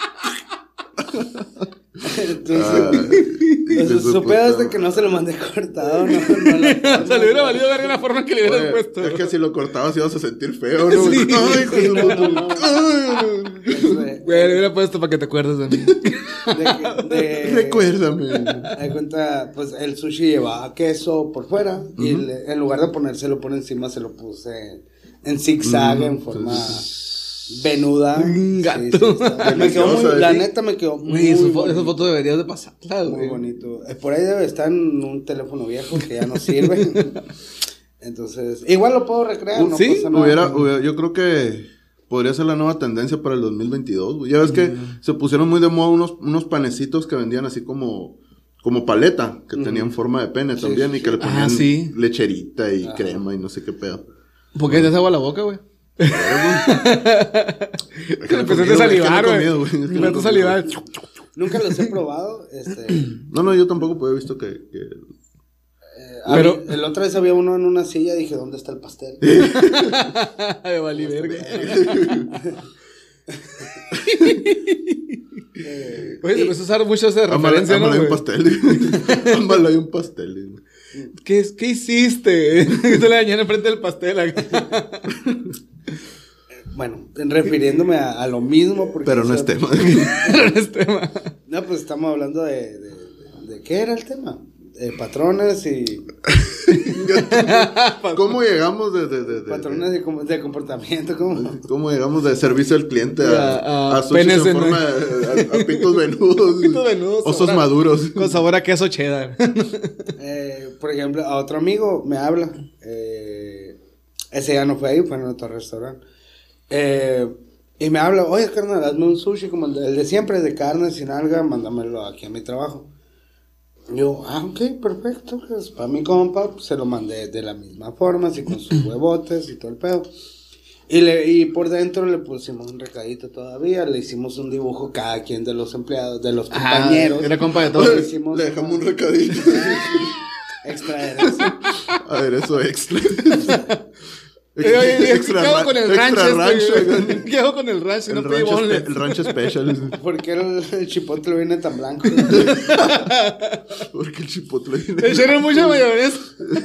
Entonces, Ay, entonces, su supe puta hasta que no se lo mandé cortado, no, no la- O sea, le hubiera valido ver la forma que le hubieras Oye, puesto. es que si lo cortabas ibas a sentir feo, ¿no? Sí. Ay, hijo de Sí, no, puta. no, no. Ay. Este, Güey, le hubiera puesto para que te acuerdes de mí. de, de- Recuérdame. Haz cuenta, pues el sushi llevaba queso por fuera y le- en lugar de ponérselo por encima se lo puse en zigzag, Mm, en forma pues, venuda. Un gato. Sí, sí, está- me quedó muy, Deliciosa, la ¿sí? neta me quedó muy, Güey, esa fo- bonito, esa foto deberías de pasarla, muy güey. bonito. Eh, Por ahí debe estar en un teléfono viejo que ya no sirve. Entonces, igual lo puedo recrear, no ¿Sí? pasa nada. Hubiera, hubiera- yo creo que podría ser la nueva tendencia para el dos mil veintidós, güey. Ya ves que se pusieron muy de moda unos, unos panecitos que vendían así como, como paleta, que tenían forma de pene Sí, también sí, y que le Ah, ponían sí. lecherita y Ajá. crema y no sé qué pedo. ¿Por qué te hace agua la boca, güey? Es que no he Empecé comido, a güey, es que no he salivar, güey. comido, güey, es que no he Empecé a comido. salivar. Nunca los he probado, este... No, no, yo tampoco pues, he visto que... que... eh, Pero- había- el otra vez había uno en una silla y dije, ¿dónde está el pastel? Ay, valí verga. Eh, Oye, se empezó a usar mucho esa Ámala, referencia, ¿no, ámala hay un güey? pastel. Ámala hay un pastel. ¿Qué, es- ¿Qué hiciste? Te le dañé enfrente del pastel. acá. bueno, refiriéndome a, a lo mismo. Porque Pero no es tema. Pero no es tema. No, pues estamos hablando de, de, de, ¿de qué era el tema? De patrones y... ¿Cómo llegamos de... de, de, de patrones de, de comportamiento, ¿cómo? ¿Cómo llegamos de servicio al cliente a, a, a, a sushi penes en en- forma a, a pitos venudos? Pitos venudos, Osos ahora. maduros. Con sabor a queso cheddar. Eh, por ejemplo, a otro amigo me habla. Eh, ese ya no fue ahí, fue en otro restaurante. Eh, y me habla, oye, carnal, hazme un sushi como el de, el de siempre, de carne sin alga, mándamelo aquí a mi trabajo. Yo, ah, ok, perfecto, pues para mi compa, pues, se lo mandé de la misma forma, así con sus huevotes y todo el pedo. Y, le, y por dentro le pusimos un recadito todavía, le hicimos un dibujo cada quien de los empleados, de los compañeros. Ah, era compa de Le todos. hicimos Le dejamos una- un recadito. extra de eso. A ver, eso extra. Oye, oye, ¿qué Extra hago ra- con el extra rancho? rancho, este, güey. güey? ¿Qué hago con el rancho? El No pedí rancho, boneless. espe- el rancho special. ¿Por qué el, el chipotle viene tan blanco? Porque el chipotle Le echaron mucha mayonesa.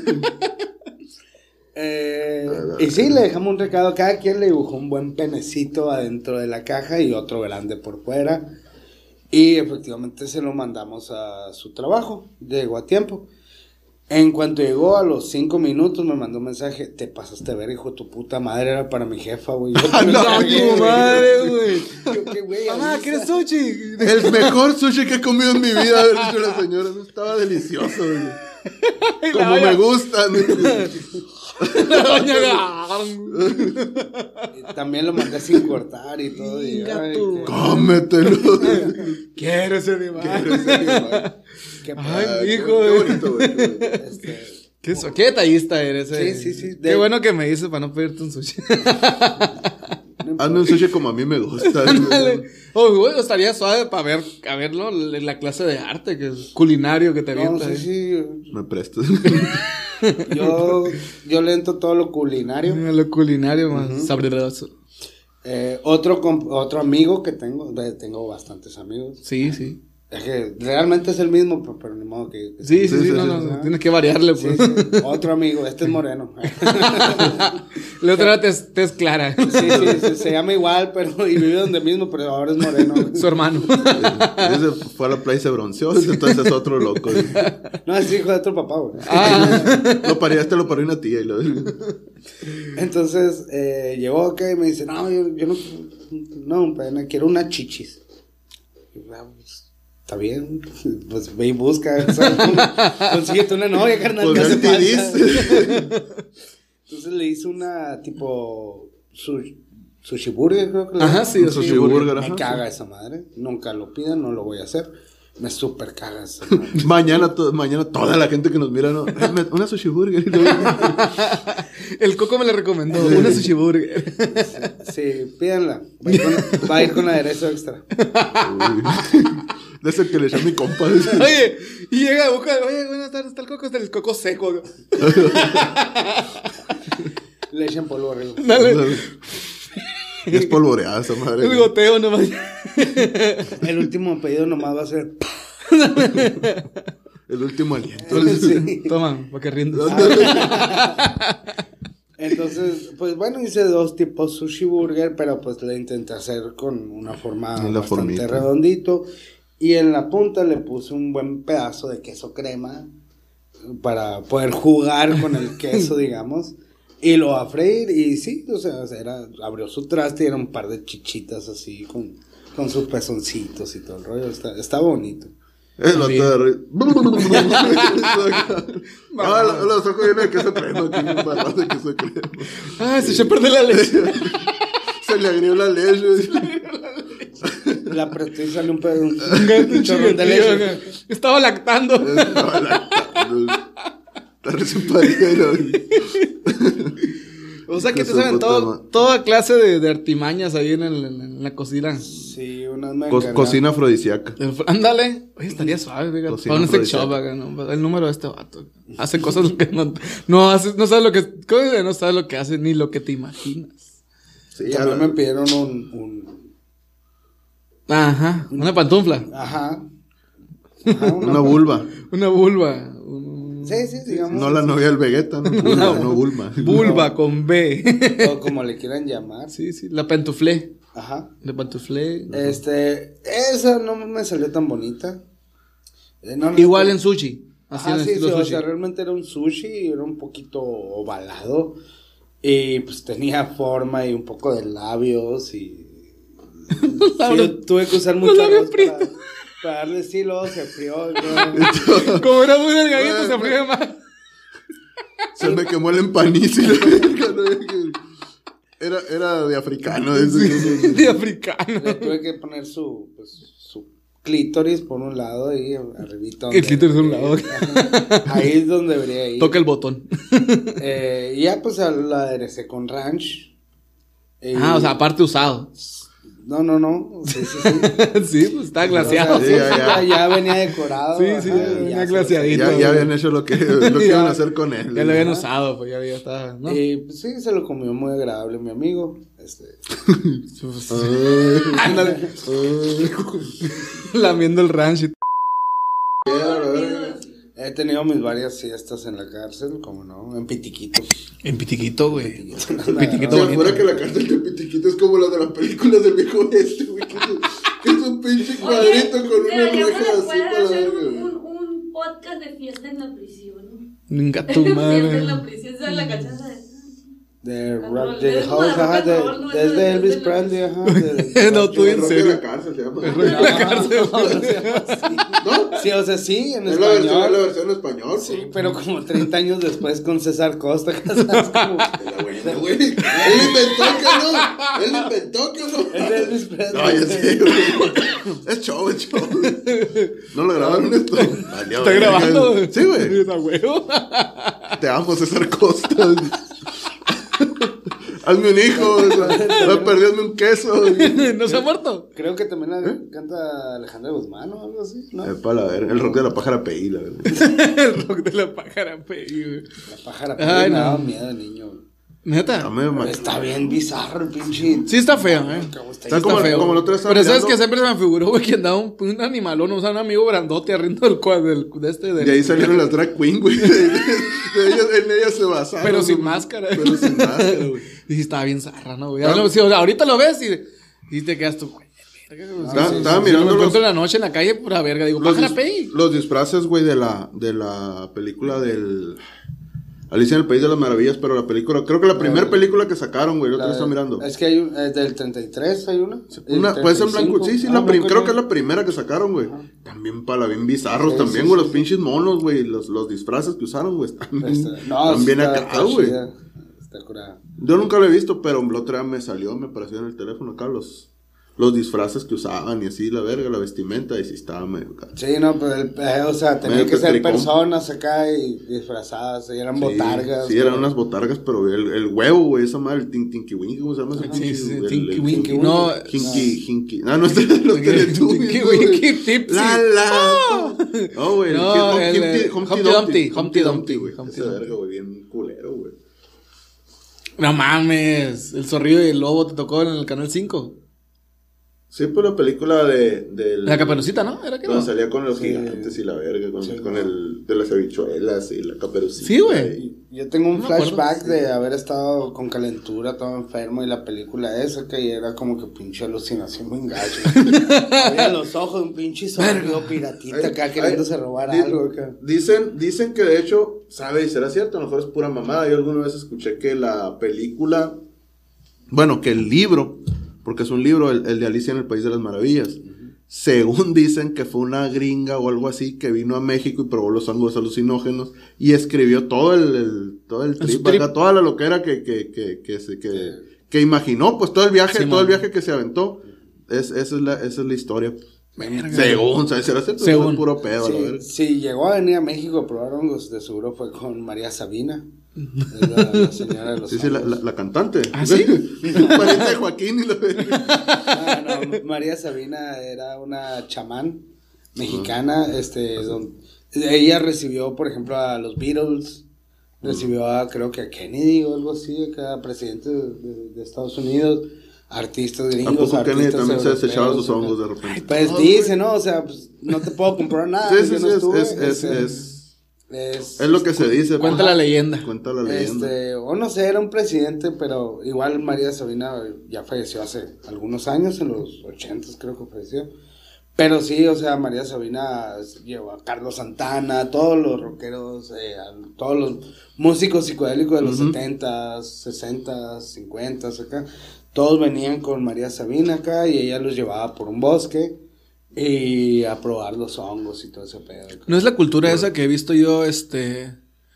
Eh, y sí, le dejamos un recado. Cada quien le dibujó un buen penecito adentro de la caja y otro grande por fuera. Y efectivamente se lo mandamos a su trabajo. Llegó a tiempo. En cuanto llegó a los cinco minutos me mandó un mensaje. Te pasaste a ver, hijo de tu puta madre. Era para mi jefa, güey. Yo te lo No, cargué, tu güey. madre, güey. Yo, ¿qué, güey? Mamá, avisa. ¿quieres sushi? El mejor sushi que he comido en mi vida, haber dicho la señora. No estaba delicioso, güey. Y la Como olla- me gusta. ¿no? La doña. Y también lo mandé sin cortar y todo. Y, Chinga ay, tu- qué- Cómetelo. Quiero ese animal. Quiero ese animal. qué Ay, Ay, hijo, qué güey. bonito, güey. qué bonito. este, Qué, so- qué detallista eres, eh. Sí, sí, sí. Qué De- bueno que me dices para no pedirte un sushi. Hazme un sushi como a mí me gusta. Dale. Oh, güey, estaría suave para ver, a verlo en la clase de arte, que es culinario que te No, avienta. sí, eh. sí. Me prestas. Yo, yo le entro todo lo culinario. Lo culinario más sabroso. Eh, otro, comp- otro amigo que tengo, de- tengo bastantes amigos. Sí, sí. Es que realmente es el mismo, pero, pero ni modo que... que- Sí, sí, Sí, sí, sí, no, sí, no, sí. no, tienes que variarle, Sí, pues. sí. Otro amigo, este es moreno. La otra te es, te es clara. Sí, sí, sí, se llama igual, pero y vive donde mismo, pero ahora es moreno. Su hermano. Ese fue a la playa y se bronceó. Entonces es otro loco. No, es hijo de otro papá, güey. Ah, Lo parí, este lo parió una tía. Y lo... Entonces, eh, llegó acá y me dice, no, yo, yo no, no, pena, quiero una chichis. Y, ah, pues, está bien, pues ve y busca, o sea, consíguete una novia, carnal, Pues que hace ven, te falta. dice. Entonces le hice una tipo sushi, sushi burger, creo que le Ajá, llaman. sí, Un sushi burger, Me ajá. caga esa madre, nunca lo pidan, no lo voy a hacer. Me super caga esa madre. Mañana, to- mañana toda la gente que nos mira, ¿no? Eh, me- Una sushi burger. el Coco me la recomendó. Una sushi burger. Sí, pídanla, va a ir con, va a ir con aderezo extra. Uy. De ese que le eché a mi compa. Oye, y llega a buscar. Oye, buenas tardes, está el Coco, está el Coco seco. Le echan polvo arriba. Dale. Ya es polvoreada esa madre. El goteo nomás. El último pedido nomás va a ser. El último aliento. Sí. Toma, para que rindas. Entonces, pues bueno, hice dos tipos sushi burger, pero pues le intenté hacer con una forma En la bastante formita. redondito. Y en la punta le puse un buen pedazo de queso crema para poder jugar con el queso, digamos. Y lo a freír y sí, o sea, era, abrió su traste y era un par de chichitas así con, con sus pezoncitos y todo el rollo. Está, está bonito. El vato Bien. de arriba. Ah, lo- los ojos llenos de queso crema. Aquí un barro de queso crema. Ah, se echó a perder la leche. Se le agrió la leche. La apreté y salió un pedo, un, Un un chorrón de leche. Estaba lactando. Estaba lactando. Está recién parida y lo- O sea que Qué te saben su puta todo, ma- toda clase de, de artimañas ahí en, el- en la cocina. Sí, unas me Co- encargaron. cocina afrodisíaca. El fr- Ándale. Oye, estaría suave, fíjate. Cocina Para un sex afrodisíaca. shop acá, ¿no? El número de este vato. Hace cosas que no, no hace, no sabes lo que, ¿cómo dice? No sabes lo que hace ni lo que te imaginas. Sí, También ya- me pidieron un, un Ajá. Una pantufla. ajá. Ajá, Una vulva. Una vulva. un- Sí, sí, digamos. No la novia del Vegeta, no, Bulma, no, no Bulma. Bulba con B. O como le quieran llamar. Sí, sí, la pantuflé. Ajá. La pantuflé. Este, esa no me salió tan bonita. Eh, no, no, Igual no. en sushi. Así Ah, en sí, sí, estilo o sushi. sea, realmente era un sushi, era un poquito ovalado. Y pues tenía forma y un poco de labios y... Sí, yo tuve que usar mucho labios arroz para, para darle estilo, se frió. ¿no? Como era muy delgadito, se fríe más. Se me quemó el empaniz y la verga, ¿no? Era, era de africano. Ese, De africano. Le tuve que poner su, pues, su clítoris por un lado y arribita. El clítoris por un lado. Ahí es donde debería ir. Toca el botón. Eh, y ya pues la aderecé con ranch. Y- Ah, o sea, aparte usado. No, no, no. Sí, sí, sí. Sí, pues está glaseado. O sea, Sí, sí, ya, sí, ya. ya, ya venía decorado. Sí, sí, ajá, ya y venía se lo- glaseadito. ya, ya habían hecho lo que, lo que Ya. iban a hacer con él. Ya lo habían usado, pues ya, ya estaba, ¿no? Y pues sí, se lo comió muy agradable mi amigo. Este. Pues, ándale. Lamiendo el ranch. He tenido mis varias siestas en la cárcel, como no, en Pitiquito. En Pitiquito, güey. Pitiquito. Pitiquito Se bonito. fuera que la cárcel de Pitiquito es como la de las películas del viejo oeste, güey. Que, es- que es un pinche cuadrito con una deberíamos reja así después para la hacer verga, un, güey. un, un podcast de fiesta en la prisión. Venga tu Fiesta en madre. la prisión, ¿sabes la cachaza de De Rock Rock de the rock House, ajá, and roll, no de, es desde de- Elvis de la- Presley, ajá. de- No, tú El en rock de serio. la cárcel se llama. El rock de la cárcel. No, no se llama así. ¿No? Sí, o sea, sí, en Es la versión, es la español. versión en español. Sí, pues. pero como treinta años después con César Costa, ¿sabes? Como, Era buena, güey. Él inventó que no. Él inventó que no. es de Elvis Presley. No, ya sé, güey. Es show, es show. No lo grabaron esto. Valió, ¿Está güey. grabando? Sí, güey. Está huevo. Te amo, César Costa. Hazme un hijo. No perdiendo un queso. ¿No se ha muerto? Creo que también la canta Alejandra Guzmán o algo así, ¿no? Eh, para la verga. El rock de la pájara P I, la verdad. El rock de la pájara, güey. La pájara, Ay, pero me no. daba miedo de niño. ¿Neta? A mí me mató. Está bien bizarro el pinche. Sí está feo, eh. Cómo está Está Está como, feo. como el otro día estaba Pero sabes mirando, que siempre se me figuró, güey, que andaba un, un animalón, o sea, un amigo grandote arriendo del cuadro del, de este. Del, de ahí salieron las drag queen, güey. De, de- de ellas, en ellas se basaron. Pero sin güey. máscara. Pero sin máscara, güey. Y sí, estaba bien zarra, ¿no, güey? Ah. Ya lo- sí, o sea, ahorita lo ves y, y te quedas tú, güey. verga, güey. Estaba- Sí, sí, estaba sí, mirando me los- encuentro en la noche en la calle, pura verga. Digo, Los, pájara dis- pey. los disfraces, güey, de la, de la película del... Alicia en el País de las Maravillas, pero la película... Creo que la primera película que sacaron, güey, el otro día estaba mirando. Es que hay un, es del treinta y tres, hay una. Una, El puede ser en blanco. treinta y cinco. Sí, sí, Ah, la prim- blanco y creo que es negro. la primera que sacaron, güey. También para bien bizarros, Sí, también, sí, güey. sí, Los pinches monos, güey. Los, los disfraces que usaron, güey. Están, Está- no, están bien está- acá, está güey. chida, Está curada. Yo nunca lo he visto, pero el otro día me salió, me apareció en el teléfono acá los, los disfraces que usaban y así, la verga, la vestimenta, y sí estaba medio acá. Sí, no, pero el, eh, o sea, tenía Medio que ser tetricón. personas acá y disfrazadas, y eran Sí, botargas. Sí, eran güey. unas botargas, pero el, el huevo, güey, esa madre, el tin, tinky winky, ¿cómo se llama ese Sí, pinche, sí, el- el Tinky hinky- Winky. No, Hinky, hinky. Ah, no, este es los Teletubbies, Tinky güey. Winky Tipsy. La, la. No, güey, el No, que- Hum- el- Humpty- el- Humpty Humpty Dumpty, Dumpty, Humpty Humpty Dumpty, güey. Humpty Ese Dumpty. verga, güey, bien culero, güey. No mames. El zorrillo y el lobo te tocó en el canal cinco. Sí, pues la película de... del- La caperucita, ¿no? ¿Era que Donde no? salía con los Sí. gigantes y la verga, con, Sí, con no. el de las habichuelas y la caperucita. Sí, güey. Yo tengo un No me acuerdo, flashback sí. de haber estado con calentura, todo enfermo, y la película esa que era como que pinche alucinación muy gacho. Había los ojos de un pinche zorrillo piratita acá Ay, queriéndose ay, robar di- algo acá. Dicen, dicen que de hecho, sabe, y será cierto, a lo mejor es pura mamada. Yo alguna vez escuché que la película, bueno, que el libro, porque es un libro, el, el de Alicia en el País de las Maravillas, según dicen que fue una gringa o algo así que vino a México y probó los hongos alucinógenos y escribió todo el, el- todo el trip, trip. acá, toda la loquera que, que, que, que, se, que, que imaginó, pues todo el viaje, Sí, todo el man. viaje que se aventó. Es, esa, es la, esa es la historia. Verga. Según, ¿sabes? Será cierto, Según. es puro pedo, la Sí, verga. si llegó a venir a México a probar hongos, de seguro fue con María Sabina. Es la, la señora de los Sí, sí, la, hongos. la, la cantante. ¿Ah, sí? Pariente de Joaquín y la verga. No, no, María Sabina era una chamán mexicana, este, donde ella recibió, por ejemplo, a los Beatles, recibió a, creo que a Kennedy o algo así, acá, presidente de, de- de Estados Unidos, artistas ¿A gringos, poco Kennedy artistas también se desechaba europeos, sus acá. hongos de repente? Pues Ah, dice, güey. ¿no? O sea, pues, no te puedo comprar nada, Sí, sí, yo sí, no es, estuve, es, es, este, es, Es, Es lo que se dice. Cuenta pues. la leyenda. Cuenta la leyenda. Este, o no sé, era un presidente, pero igual María Sabina ya falleció hace algunos años, en los ochentas creo que falleció. Pero sí, o sea, María Sabina llevó a Carlos Santana, a todos los rockeros, eh, a todos los músicos psicodélicos de los Ujú. setentas, sesentas, cincuentas, acá. Todos venían con María Sabina acá y ella los llevaba por un bosque y a probar los hongos y todo ese pedo. acá. No es la cultura esa que he visto yo, este,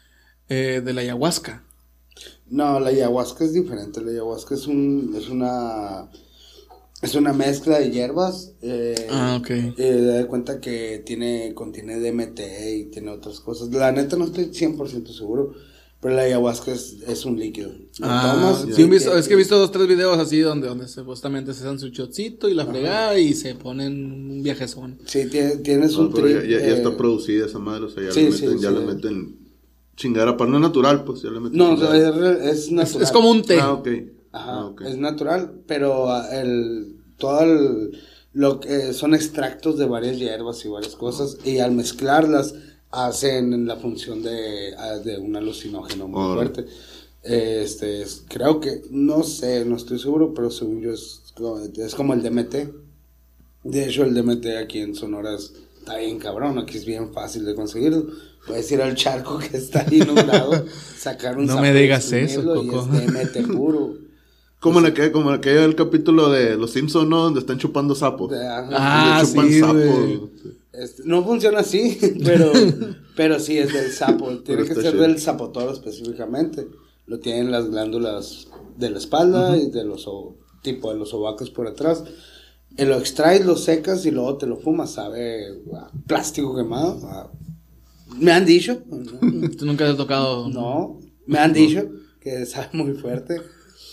eh, de la ayahuasca. No, la ayahuasca es diferente. La ayahuasca es un, es una, es una mezcla de hierbas. Eh, Ah, ok. eh, da de cuenta que tiene, contiene D M T y tiene otras cosas. La neta no estoy cien por ciento seguro, pero la ayahuasca es, es un líquido. Lo Ah, tomas, sí, he y- visto, es que he visto dos, tres videos así donde, donde supuestamente se dan su shotcito y la fregada y se ponen un viajezón. Sí, tiene- tienes No, un pero ya, trip. ya- ya eh, está producida esa madre, o sea, ya sí, le sí, meten, ya sí. le meten chingada, para no es natural, pues ya le meten. No, chingada. es, es Es, natural. es como un té. Ah, ok. Ajá, Ah, ok. es natural, pero ah, el todo el, lo que son extractos de varias hierbas y varias cosas y al mezclarlas hacen la función de, ah, de un alucinógeno muy Órale. fuerte. Eh, Este, es- creo que, no sé, no estoy seguro, pero según yo es, como- es como el D M T. De hecho, el D M T aquí en Sonora es- está bien cabrón, aquí es bien fácil de conseguirlo. Puedes ir al charco que está inundado, sacar un No sapo me y digas eso, exprimirlo y Coco. es D M T puro. Como en aquel, como en aquel el capítulo de Los Simpsons, ¿no? Donde están chupando sapos. Ajá. Ah, Le chupan sí, sapos. güey. Este, no funciona así, pero, pero sí es del sapo. Tiene Pero que está ser chido. del sapotoro específicamente. Lo tienen las glándulas de la espalda y de los o- tipo de los sobacos por atrás. Y lo extraes, lo secas y luego te lo fumas. Sabe a plástico quemado. a- Me han dicho. ¿no? Tú nunca te has tocado. No, me han dicho que sabe muy fuerte.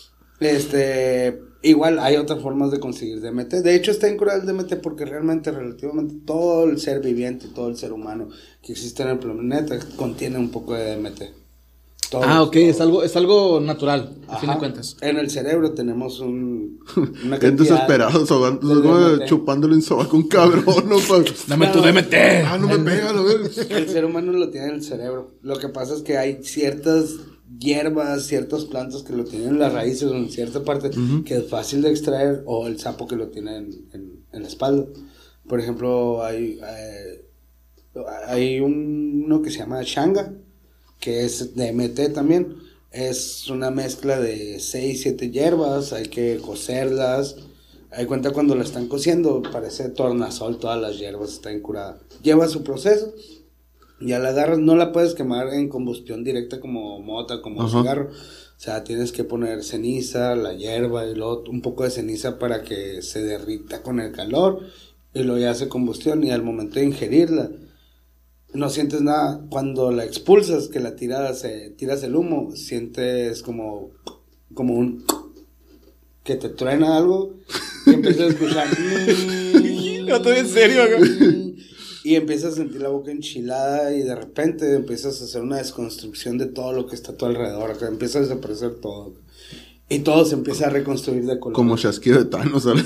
Este, igual hay otras formas de conseguir D M T. De hecho, está en cura el D M T porque realmente, relativamente, todo el ser viviente, todo el ser humano que existe en el planeta contiene un poco de D M T. Todos, Ah, ok, todos. es algo, es algo natural, a Ajá. fin de cuentas. En el cerebro tenemos un, una Gente cantidad desesperada, sobando, de como D M T. chupándole un sobaco a un cabrón, ¿no? Pa- Dame No, tu D M T. Ah, no me pega, lo ves. El ser humano lo tiene en el cerebro. Lo que pasa es que hay ciertas hierbas, ciertas plantas que lo tienen en las raíces o en cierta parte que es fácil de extraer, o el sapo que lo tiene en, en- en la espalda. Por ejemplo, hay, eh, hay un- uno que se llama Shanga, que es D M T también. Es una mezcla de seis, siete hierbas, hay que cocerlas. Hay cuenta cuando la están cociendo, parece tornasol, todas las hierbas están curadas. Lleva su proceso, ya la agarras, no la puedes quemar en combustión directa como mota, como Ajá. cigarro. O sea, tienes que poner ceniza, la hierba y luego un poco de ceniza para que se derrita con el calor y luego ya hace combustión y al momento de ingerirla no sientes nada. Cuando la expulsas, que la tiras, eh, tiras el humo, sientes como, como un... que te truena algo y empiezas a escuchar... No, estoy en serio, acá. Y empiezas a sentir la boca enchilada y de repente empiezas a hacer una desconstrucción de todo lo que está a tu alrededor. Acá empieza a desaparecer todo. Y todo se empieza a reconstruir de color. Como chasquido de Thanos, ¿sabes?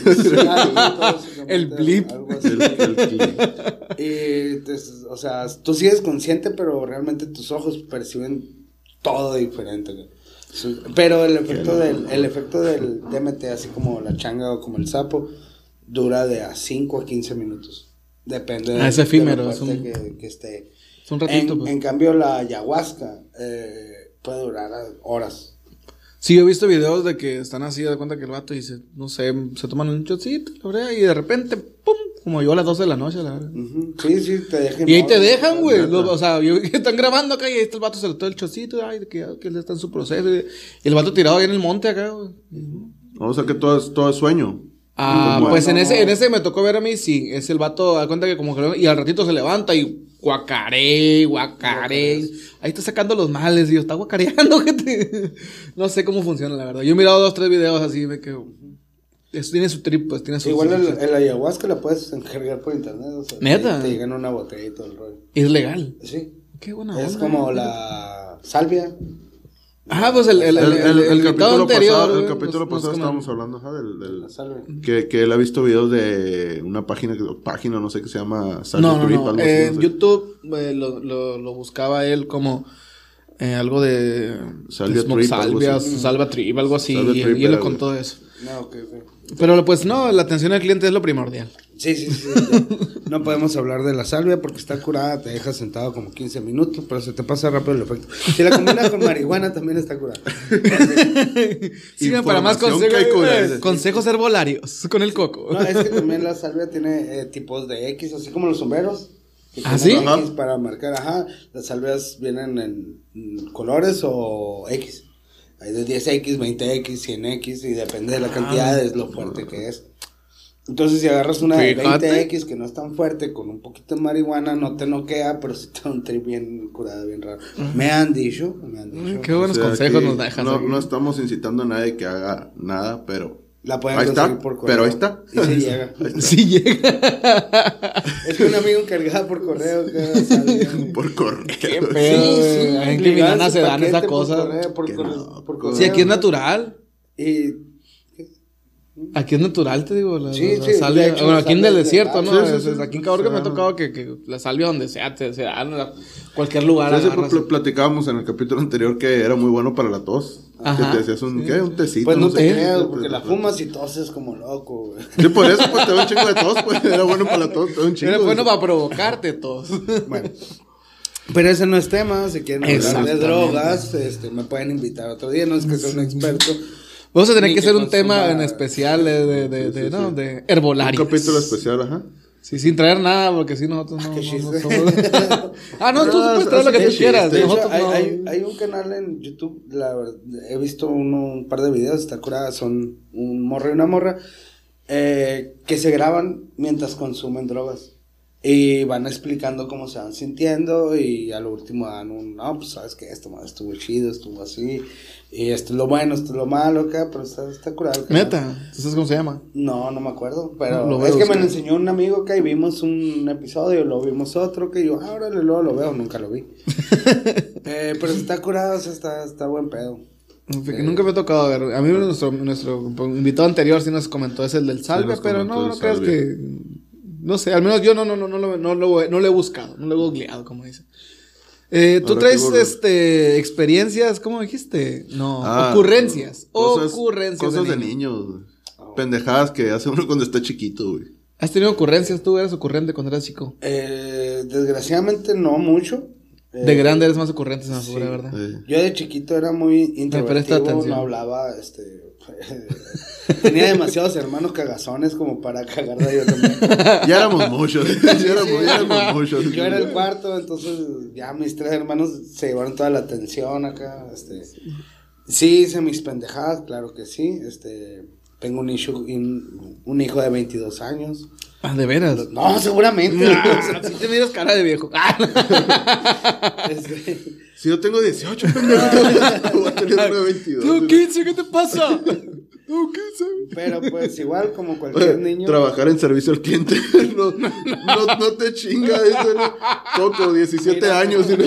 El blip. El, el clip. Y, te- o sea, tú sigues consciente, pero realmente tus ojos perciben todo diferente. güey. Su- Pero el efecto del, el efecto del D M T, así como la changa o como el sapo, dura de a cinco a quince minutos. Depende Ah, es de, efímero, de lo es fuerte un- que, que esté. Es un ratito, En, pues. en cambio, la ayahuasca eh, puede durar a- horas. Sí, yo he visto videos de que están así, de cuenta que el vato dice, no sé, se toman un shotcito, la verdad, y de repente, pum, como yo a las doce de la noche, la verdad. Ujú. Sí, sí, te dejan. Y ahí te dejan, güey. neta. Lo- O sea, yo, están grabando acá y ahí está el vato, se le todo el chocito, ay, de que, que él está en su proceso. Y el vato tirado ahí en el monte acá, güey. O sea que todo es, todo es sueño. Ah, Como- pues en no, ese, no. en ese me tocó ver a mí, sí, es el vato, da cuenta que como que, y al ratito se levanta y guacaré, guacaré. Ahí está sacando los males, y yo, está guacareando, gente. No sé cómo funciona, la verdad. Yo he mirado dos, tres videos así, de que, eso tiene su trip, pues, tiene su... Igual el, su- el ayahuasca la puedes encargar por internet. O sea, ¿Neta? Te, te llegan una botella y todo el rollo. Es legal. Sí. Qué buena Es onda. como la salvia. Ajá, pues el, el, el, El, el, el invitado capítulo anterior, pasado, el güey, capítulo nos- nos pasado comen- estábamos hablando ajá, del, del- La salve. que, que él ha visto videos de una página, que- página no sé qué se llama Salve No, no, Trip, no. algo así, Eh, no en sé. YouTube eh, lo, lo, lo buscaba él como eh, algo de Salvia smoke Trip, algo salvia, así. salva trip, algo así. Salvia Y, Trip y él era, lo güey. contó eso. No, ok, ok. Pero pues no, la atención al cliente es lo primordial. Sí, sí, sí. ya. No podemos hablar de la salvia porque está curada, te deja sentado como quince minutos, pero se te pasa rápido el efecto. Si la combinas con marihuana también está curada. Sigan para más Información consejos, que hay que curar. eh, consejos herbolarios con el coco. No, es que también la salvia tiene eh, tipos de X, así como los sombreros. que ¿Ah, tienen sí? X para marcar, ajá. Las salvias vienen en mm, colores o X. Hay de diez equis, veinte equis, cien equis y depende de la cantidad es lo fuerte que es. Entonces si agarras una de Fíjate. veinte equis que no es tan fuerte, con un poquito de marihuana no te noquea, pero sí te da un trip bien curado, bien raro. Me han dicho, me han dicho. Qué buenos O sea, consejos aquí nos dejas. No, aquí. no estamos incitando a nadie que haga nada, pero La pueden ahí conseguir está, por correo. pero ahí está. Y sí llega. Sí llega. Es que un amigo encargado por correo que salvia. Por correo. Qué pedo, güey. Hay que Ligaban Milana su se dan paquete esa por cosa. correo, por Que correo, no, por pues. correo. Sí, aquí es natural. Y Aquí es natural, te digo. La, Sí, la sí, salvia. de hecho, bueno, la aquí en salvia el es desierto, legal. ¿no? Sí, sí, Es- sí. es- aquí en Caborca me ha O sea, tocado que, que la salvia donde sea, te, se dan a cualquier lugar. Sí, sí, agarras. pl- platicábamos en el capítulo anterior que era muy bueno para la tos. Ajá. Que te hacías un, Sí. ¿qué? Un tecito. pues no sé te qué. creas, porque la fumas y toses como loco, güey. Sí, por eso, pues te da un chingo de tos, pues. Era bueno para la tos, te da un chingo. Era de- bueno para provocarte todos. Bueno. Pero ese no es tema, si quieren hablar de Exactamente. drogas, este, me pueden invitar otro día, no es que sea un experto. Vamos a tener Ni que que hacer un consuma- tema en especial de, de, de, Sí, sí, de, ¿no? sí. de Un herbolarios. capítulo especial, ajá. Sí, sin traer nada, porque si nosotros no, Qué no, no chiste. somos... ah, no, tú No, puedes traer lo que así tú que quieras. chiste. De hecho, Nosotros hay, no. hay, hay un canal en YouTube, la verdad, he visto uno, un par de videos, está curada, son un morro y una morra, eh, que se graban mientras consumen drogas. Y van explicando cómo se van sintiendo y a lo último dan un, no, pues sabes que esto madre, estuvo chido, estuvo así, y esto es lo bueno, esto es lo malo acá, pero está, está curado. el canal. Neta, ¿sabes cómo se llama? No, no me acuerdo, pero Lo voy a es que me buscar. lo enseñó un amigo que vimos un episodio, luego vimos otro que yo, ah, órale, luego lo veo, nunca lo vi. eh, pero está curado, o sea, está, está buen pedo. Porque nunca me ha tocado ver. A mí nuestro, nuestro invitado anterior sí nos comentó es el del salve, nos pero comentó no, el no creas salvia. que... No sé, al menos yo no, no, no, no, lo- no, lo, no lo he buscado, no lo he googleado, como dice. Eh, ¿Tú Ahora traes que google. este experiencias, cómo dijiste? No, Ah, ocurrencias. cosas- ocurrencias Cosas de, niño. niños, güey. Pendejadas que hace uno cuando está chiquito, güey. ¿Has tenido ocurrencias? ¿Tú eras ocurrente cuando eras chico? Eh, desgraciadamente no mucho. Eh, De grande eres más ocurrente, se me figura, sí. ¿verdad? Eh, Yo de chiquito era muy presta introvertido, atención. no hablaba, este... tenía demasiados hermanos cagazones como para cagar de yo también. ya éramos muchos. ya éramos, ya éramos muchos. Yo era el cuarto, entonces ya mis tres hermanos se llevaron toda la atención acá, este... Sí, hice mis pendejadas, claro que sí, este... Tengo un, hijo, un, un hijo de veintidós años. Ah, ¿de veras? No, seguramente. Si te miras cara de viejo. Este, Si yo tengo dieciocho, pendejo. Voy a tener uno de veintidós. Tengo quince, ¿qué te pasa? Tengo quince. pero pues igual como cualquier niño. Trabajar en servicio al cliente no, no, no te chinga eso, ¿no? Coco, diecisiete Mira. años. ¿Sí?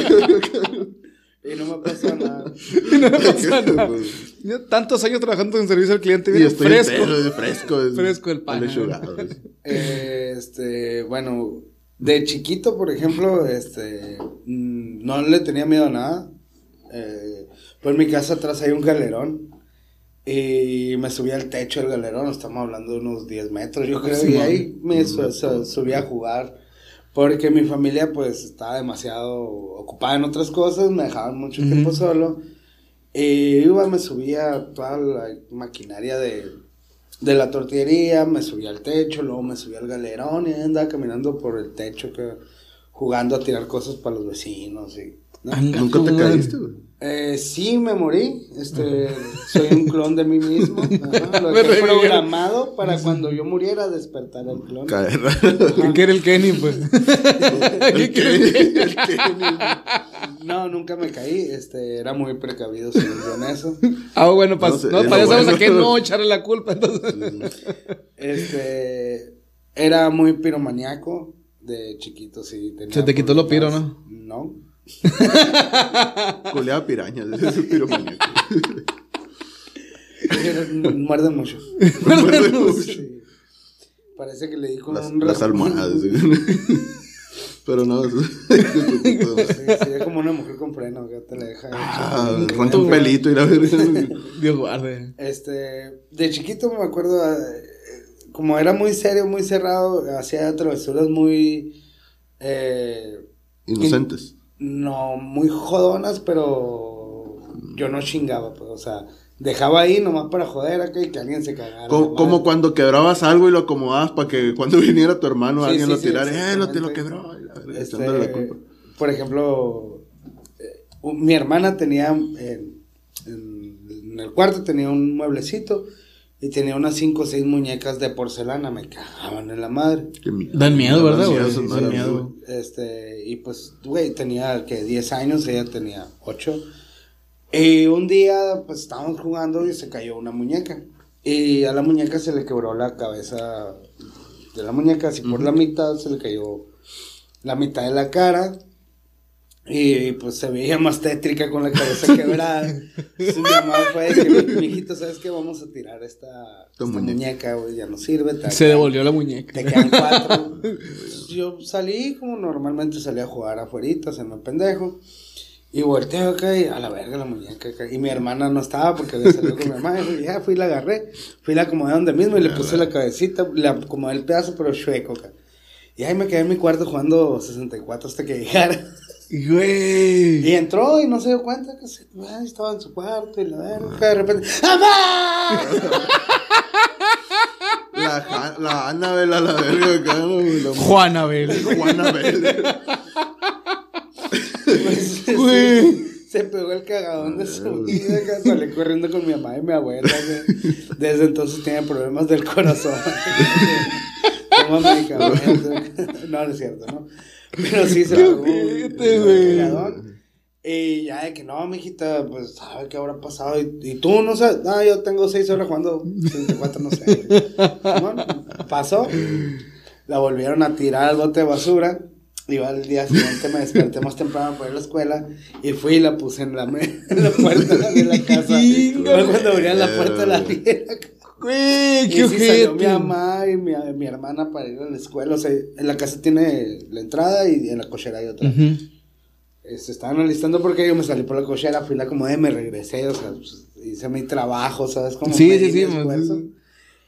Y no me pasó nada. Y no me pasa nada. Yo tantos años trabajando en servicio al cliente, Y mira, estoy fresco. entero, fresco. es- Fresco el pan. lechugados. Eh, este, bueno, de chiquito, por ejemplo, este, mm, no le tenía miedo a nada. Eh, pues en mi casa atrás hay un galerón. Y me subí al techo del galerón, estamos hablando de unos diez metros, yo creo, Sí, y man. ahí me su- su- subí a jugar. Porque mi familia, pues, estaba demasiado ocupada en otras cosas, me dejaban mucho Ujú. tiempo solo. Y iba, me subía a toda la maquinaria de, de la tortillería, me subía al techo, luego me subía al galerón y ahí andaba caminando por el techo, que, jugando a tirar cosas para los vecinos. Y, ¿no? Anga, Nunca te tú, caíste, güey. Eh, sí, me morí. Este, soy un clon de mí mismo. Ajá, lo Me dejé revivieron. programado para cuando yo muriera despertar el clon. Caer. ¿Qué quiere el Kenny, pues? ¿Qué quiere el Kenny? No, nunca me caí. Este, era muy precavido según yo en eso. Ah, bueno, para No sé, no, es para lo eso sabemos bueno. a qué no echarle la culpa, entonces. Este, era muy piromaníaco de chiquito, sí. tenía Se te quitó lo piro, problemas. No. Coleaba pirañas, ese es el piromaníaco. Muerde mucho. Muerde mucho. Sí. Parece que le di con Las, un las rasguño. almohadas. ¿Sí? Pero no, eso Sí, sí, es como una mujer con freno que te la deja. ah, hecho. arranca un pelito y la verdad. Dios guarde. Este, de chiquito me acuerdo, eh, como era muy serio, muy cerrado, hacía travesuras muy, eh, Inocentes. no, muy jodonas, pero yo no chingaba, pues, o sea, dejaba ahí nomás para joder acá y que alguien se cagara. Como, como cuando quebrabas algo y lo acomodabas para que cuando viniera tu hermano Sí, alguien sí, lo sí, tirara. Eh, no te lo exactamente. quebró. Y la verga, Este, echándole la culpa. por ejemplo, eh, mi hermana tenía en, en- en el cuarto tenía un mueblecito y tenía unas cinco o seis muñecas de porcelana, me cagaban en la madre. Qué miedo. Dan miedo, Dan ¿verdad, miedo güey? esas Dan madres, miedo. güey. Este, y pues, güey, tenía que diez años, ella tenía ocho. Y un día, pues estábamos jugando y se cayó una muñeca. Y a la muñeca se le quebró la cabeza de la muñeca, así por la mitad, se le cayó la mitad de la cara. Y pues se veía más tétrica con la cabeza quebrada. Entonces mi mamá fue de que, mijito, ¿sabes qué? Vamos a tirar esta, esta Tu muñeca. muñeca, güey, ya no sirve. te Se quedan- devolvió la muñeca. Te quedan cuatro. Yo salí como normalmente salía a jugar afuera, se me pendejo. Y volteo acá y a la verga la muñeca acá. Y mi hermana no estaba porque había salido con mi hermana. Y ya fui y la agarré. Fui y la acomodé donde mismo y le puse la cabecita. Le acomodé el pedazo, pero chueco acá. Y ahí me quedé en mi cuarto jugando sesenta y cuatro hasta que llegara. Güey. Y entró y no se dio cuenta que se, ay, estaba en su cuarto y la verga. acá De repente, ¡mamá! La, Ja- la Annabel a la verga acá, ¿no? La Juanabel. Juanabel. Pues, Güey. se, se pegó el cagadón de su vida, acá, salí corriendo con mi mamá y mi abuela, güey. Desde entonces tiene problemas del corazón. Toma medicamentos. No, no es cierto, ¿no? Pero sí se pegó ojete, el güey. cagadón. Y ya de que no, mijita, pues, ¿sabe qué habrá pasado? Y, y tú no sabes, no, yo tengo seis horas jugando sesenta y cuatro, no sé. Bueno, pasó, la volvieron a tirar al bote de basura. Y al día siguiente me desperté más temprano para ir a la escuela y fui y la puse en la, me- en la puerta de la casa. Fue cuando abrían la puerta la vieja. Güey, Y qué sí salió mi ojete. mamá y mi, mi hermana para ir a la escuela. O sea, en la casa tiene la entrada y en la cochera hay otra. Ujú. Eh, Se estaban alistando porque yo me salí por la cochera, fui la acomodé, me regresé, o sea, pues, hice mi trabajo, ¿sabes? Como Sí, me sí, di sí, mi man, esfuerzo. sí,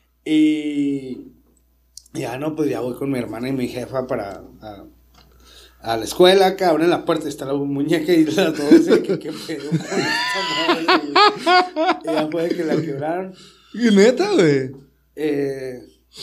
Y ya no, pues ya voy con mi hermana y mi jefa para a, a la escuela, acá abren la puerta y está la muñeca y las dos dicen que qué pedo con esta madre, güey. Y ya fue que la quebraron. ¿Qué neta, güey? Eh,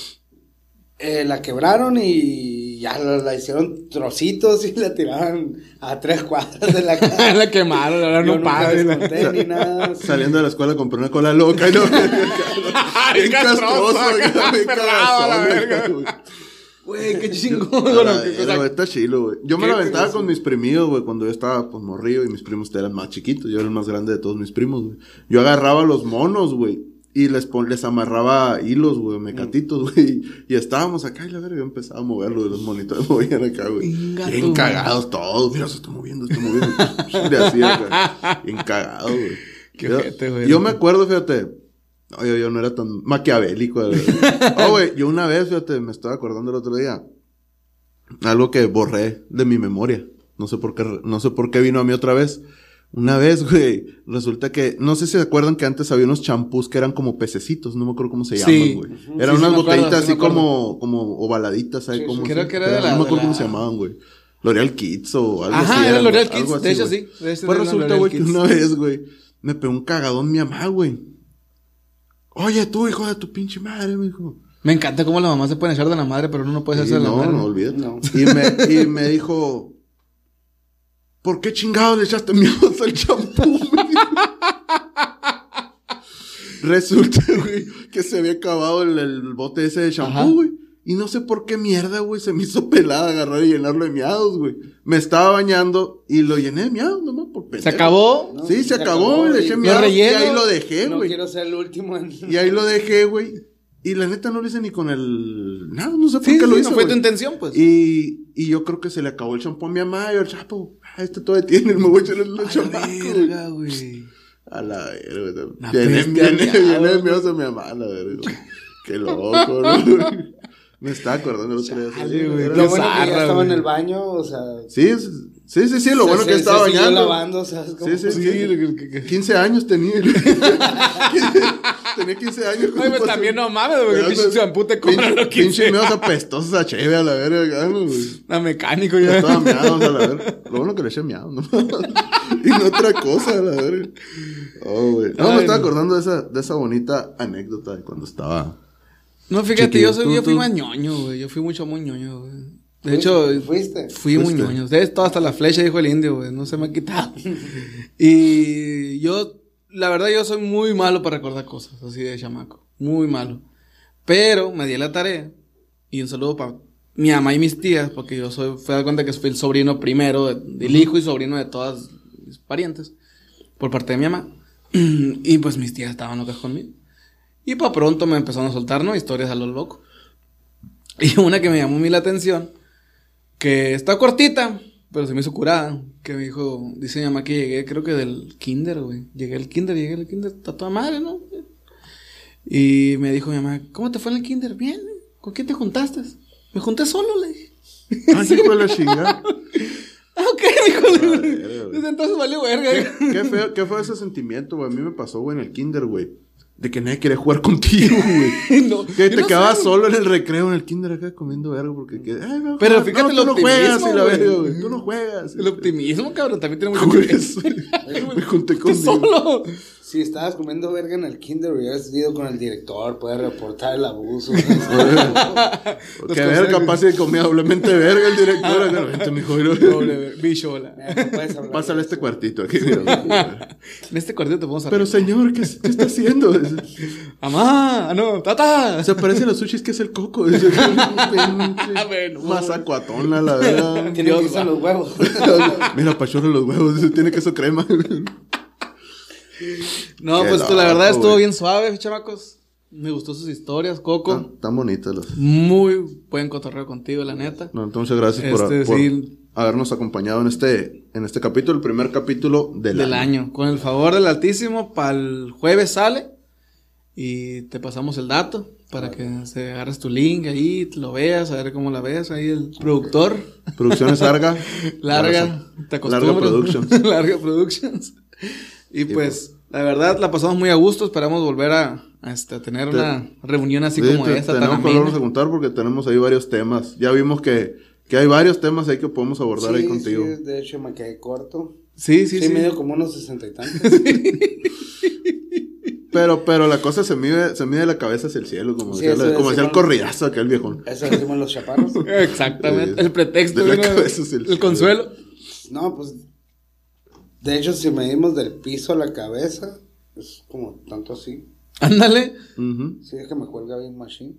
eh, la quebraron y ya la, la hicieron trocitos y la tiraron a tres cuadras de la casa. La quemaron, la verdad Yo no nunca paga. desconté ni nada. Saliendo de la escuela compré una cola loca y no. Bien castroso, acá, bien pelado a la cagazón, verga. güey. Güey, qué chingón. A Bueno, la qué verga, cosa- güey, está chilo, güey. Yo me ¿Qué la aventaba cosa? con mis primillos, güey, cuando yo estaba, pues, morrillo y mis primos eran más chiquitos. Yo era el más grande de todos mis primos, güey. Yo agarraba los monos, güey, y les, pon- les amarraba hilos, güey, mecatitos, güey. Y estábamos acá y la verga, yo empezaba a moverlo y los monitos movían acá, güey. Inga Bien tu cagados todos. Mira, se está moviendo, se está moviendo. Le hacía acá. Bien cagado, güey. Qué Yo- ojete, güey. Yo me acuerdo, fíjate. No, yo, yo no era tan maquiavélico, güey. Oh, güey, yo una vez, fíjate, me estaba acordando el otro día. Algo que borré de mi memoria. No sé por qué, no sé por qué vino a mí otra vez. Una vez, güey, resulta que, no sé si se acuerdan que antes había unos champús que eran como pececitos, no me acuerdo cómo se Sí. llaman, güey. Ujú. Eran Sí, sí unas me acuerdo, botellitas sí me así acuerdo. como, como ovaladitas, ¿sabes? Sí, cómo sí, creo se- que era de la- No me acuerdo de cómo la- se llamaban, güey. L'Oreal Kids o algo así. Ajá, era eran, L'Oreal algo Kids, así, de hecho güey. sí. de ese Pues era resulta, L'Oreal güey, que Kids. una vez, güey, me pegó un cagadón mi mamá, güey. Oye, tú, hijo de tu pinche madre, me dijo. Me encanta cómo la mamá se puede echar de la madre, pero uno no puede Y hacerse de la no, madre. no, olvídate. No. Y, me, y me dijo, ¿por qué chingado le echaste miedos al champú? Resulta, güey, que se había acabado el, el bote ese de Ajá. champú, güey. Y no sé por qué mierda, güey, se me hizo pelada agarrar y llenarlo de miados, güey. Me estaba bañando y lo llené de miados nomás por pendejo. Se acabó. No, Sí, se, acabó, y le eché y- miados y relleno. ahí lo dejé, No güey. quiero ser el último en... Y ahí lo dejé, güey. Y la neta no lo hice ni con el... No, no sé por Sí, qué lo sí, hice, no fue güey. tu intención, pues. Y, y yo creo que se le acabó el champú a mi mamá. Y el chapo, ah, este todavía tiene, me voy a echar el A la chamaco, güey. verga, güey. A la verga, güey. Una Viene, peste viene, al diablo, viene güey. miedoso mi mamá, la verga, güey. Qué loco, ¿no? Me estaba acordando el otro día. Chale, sí, güey, era- Lo qué bueno que zarra, ya estaba güey. en el baño, o sea. Sí, es- sí, sí, sí, lo se- bueno se- que estaba se siguió bañando. lavando, ¿sabes cómo? Sí, sí, Sí, sí. que- que- que- quince años tenía. Tenía quince años. Ay, pues también no mames, güey. Pero, Que pinche champú te cobra Pinche, lo que pinche meos apestosos a cheve a la verga, güey. A mecánico ya. Estaba meados a la verga. Lo bueno que le eché meado, ¿no? Y no otra cosa, a la verga. Oh, güey. No, Ay, me estaba no. acordando de esa, de esa bonita anécdota de cuando estaba. No, fíjate, Chiquillo, yo, soy, tú, yo fui tú. más ñoño, güey. Yo fui mucho muy ñoño, güey. De ¿Fuiste? hecho, ¿Fuiste? fui muy ¿Fuiste? ñoño. De esto hasta la flecha, dijo el indio, güey. No se me ha quitado. Y yo, la verdad, yo soy muy malo para recordar cosas así de chamaco. Muy malo. Pero me di la tarea. Y un saludo para mi mamá y mis tías, porque yo soy, fue de cuenta que fui el sobrino primero de- del hijo y sobrino de todas mis parientes, por parte de mi mamá. Y pues mis tías estaban locas conmigo. Y para pronto me empezaron a soltar, ¿no? Historias a lo loco. Y una que me llamó a mí la atención, que está cortita, pero se me hizo curada. Que me dijo, dice mi mamá que llegué, creo que del kinder, güey. Llegué al kinder, llegué al kinder, está toda madre, ¿no? Y me dijo mi mamá, ¿cómo te fue en el kinder? Bien, ¿con quién te juntaste? Me junté solo, le dije. Ay, hijo de la chingada. Ah, ok, dijo. Madre, güey. Desde entonces valió verga. Qué feo, qué feo ese sentimiento, güey. A mí me pasó, güey, en el kinder, güey. De que nadie quería jugar contigo, güey. No, Que yo te no quedabas sé, solo en el recreo en el kinder acá comiendo verga porque que, ay, voy a Pero jugar. fíjate no, el tú no juegas optimismo, y la güey. verga, güey. Tú no juegas. El optimismo, cabrón, también tiene mucho Por que ver. eso, me junté Tú contigo. solo. Si estabas comiendo verga en el kinder, hubieras ido con el director, puedes reportar el abuso. Que ver, capaz si comía doblemente verga el director. Acá, vente, mijo, mira. Doble, bichola. No puedes hablar. Pásale este cuartito aquí, mira. En este cuartito te podemos Pero señor, ¿qué, qué está haciendo? ¡Amá! ¡Ah, no! ¡Tata! Se parecen los sushis que es el coco. Dice, Bueno. mazacuatona, la verdad. Tiene Dios, que usar va. los huevos. Mira, pachorro los huevos. Dice, tiene queso crema. No, Qué pues la verdad loco, estuvo güey. bien suave, chamacos. Me gustó sus historias, Coco. Tan, tan bonitas las. Muy buen cotorreo contigo, la neta. No, entonces gracias por, Este, por sí. habernos acompañado en este, en este capítulo, el primer capítulo del, Del año. Con el favor del Altísimo, para el jueves sale. Y te pasamos el dato para que se agarres tu link ahí, lo veas, a ver cómo la ves. Ahí el productor. Producciones Larga. Larga, te acostumbras. Larga Productions. Larga Productions. Y pues, la verdad, la pasamos muy a gusto. Esperamos volver a, a, este, a tener Te- una reunión así Sí, como te- esta, tan tenemos que amena. volvernos a juntar porque tenemos ahí varios temas. Ya vimos que, que hay varios temas ahí que podemos abordar ahí Sí, contigo. sí, de hecho me quedé corto. Sí, sí, Sí, sí. medio como unos sesenta y tantos. Pero, pero la cosa se mide, se mide la cabeza hacia el cielo, como Sí, decía, eso la- como decimos- decía el corridazo aquel viejón. Eso decimos los chaparros. Exactamente. Sí. El pretexto, De la ¿no? cabeza hacia el el cielo. consuelo. No, pues. De hecho, si medimos del piso a la cabeza, es como tanto así. Ándale. Ujú. Sí, es que me cuelga bien machine.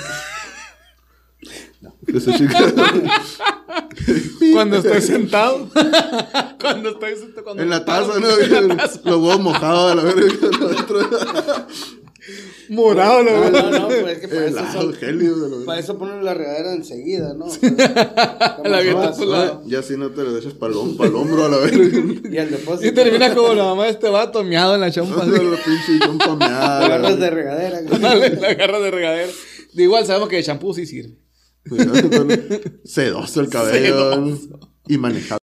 Esa chica- Cuando estoy sentado. Cuando estoy sentado. Cuando en la taza, ¿no? En la taza. Los huevos mojados a la verga. adentro. Morado, la No, verdad. no, no, pues es que para eso, Helado, son- gélido de la verga. para eso ponen la regadera enseguida, ¿no? La avientas Como por la- Ya si no te lo dejas para el hombro a la verga. Y al depósito. Y termina como la mamá de este vato miado en la chompa. No, la pinche chompa meada, la Agarras de verga. regadera. Dale, la garra de regadera. De igual sabemos que el shampoo sí sirve. Sedoso el cabello. Sedoso. Y manejado.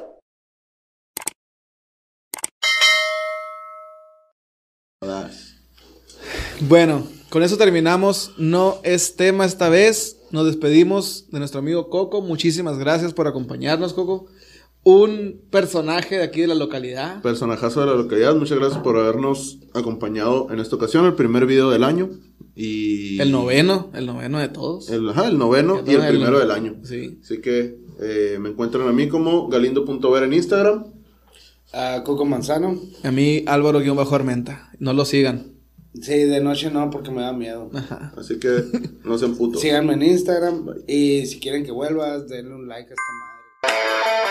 Bueno, con eso terminamos. No es tema esta vez. Nos despedimos de nuestro amigo Coco. Muchísimas gracias por acompañarnos, Coco. Un personaje de aquí de la localidad. Personajazo de la localidad. Muchas gracias por habernos acompañado en esta ocasión. El primer video del año. Y. El noveno, el noveno de todos. El, ajá, el noveno y el El- primero del año. Sí. Así que eh, me encuentran a mí como galindo punto ver en Instagram. A Coco Manzano. A mí, Álvaro-Armenta. No lo sigan. Sí, de noche no, porque me da miedo. Ajá. Así que no sean putos. Síganme en Instagram. Bye. Y si quieren que vuelvas, denle un like a esta madre.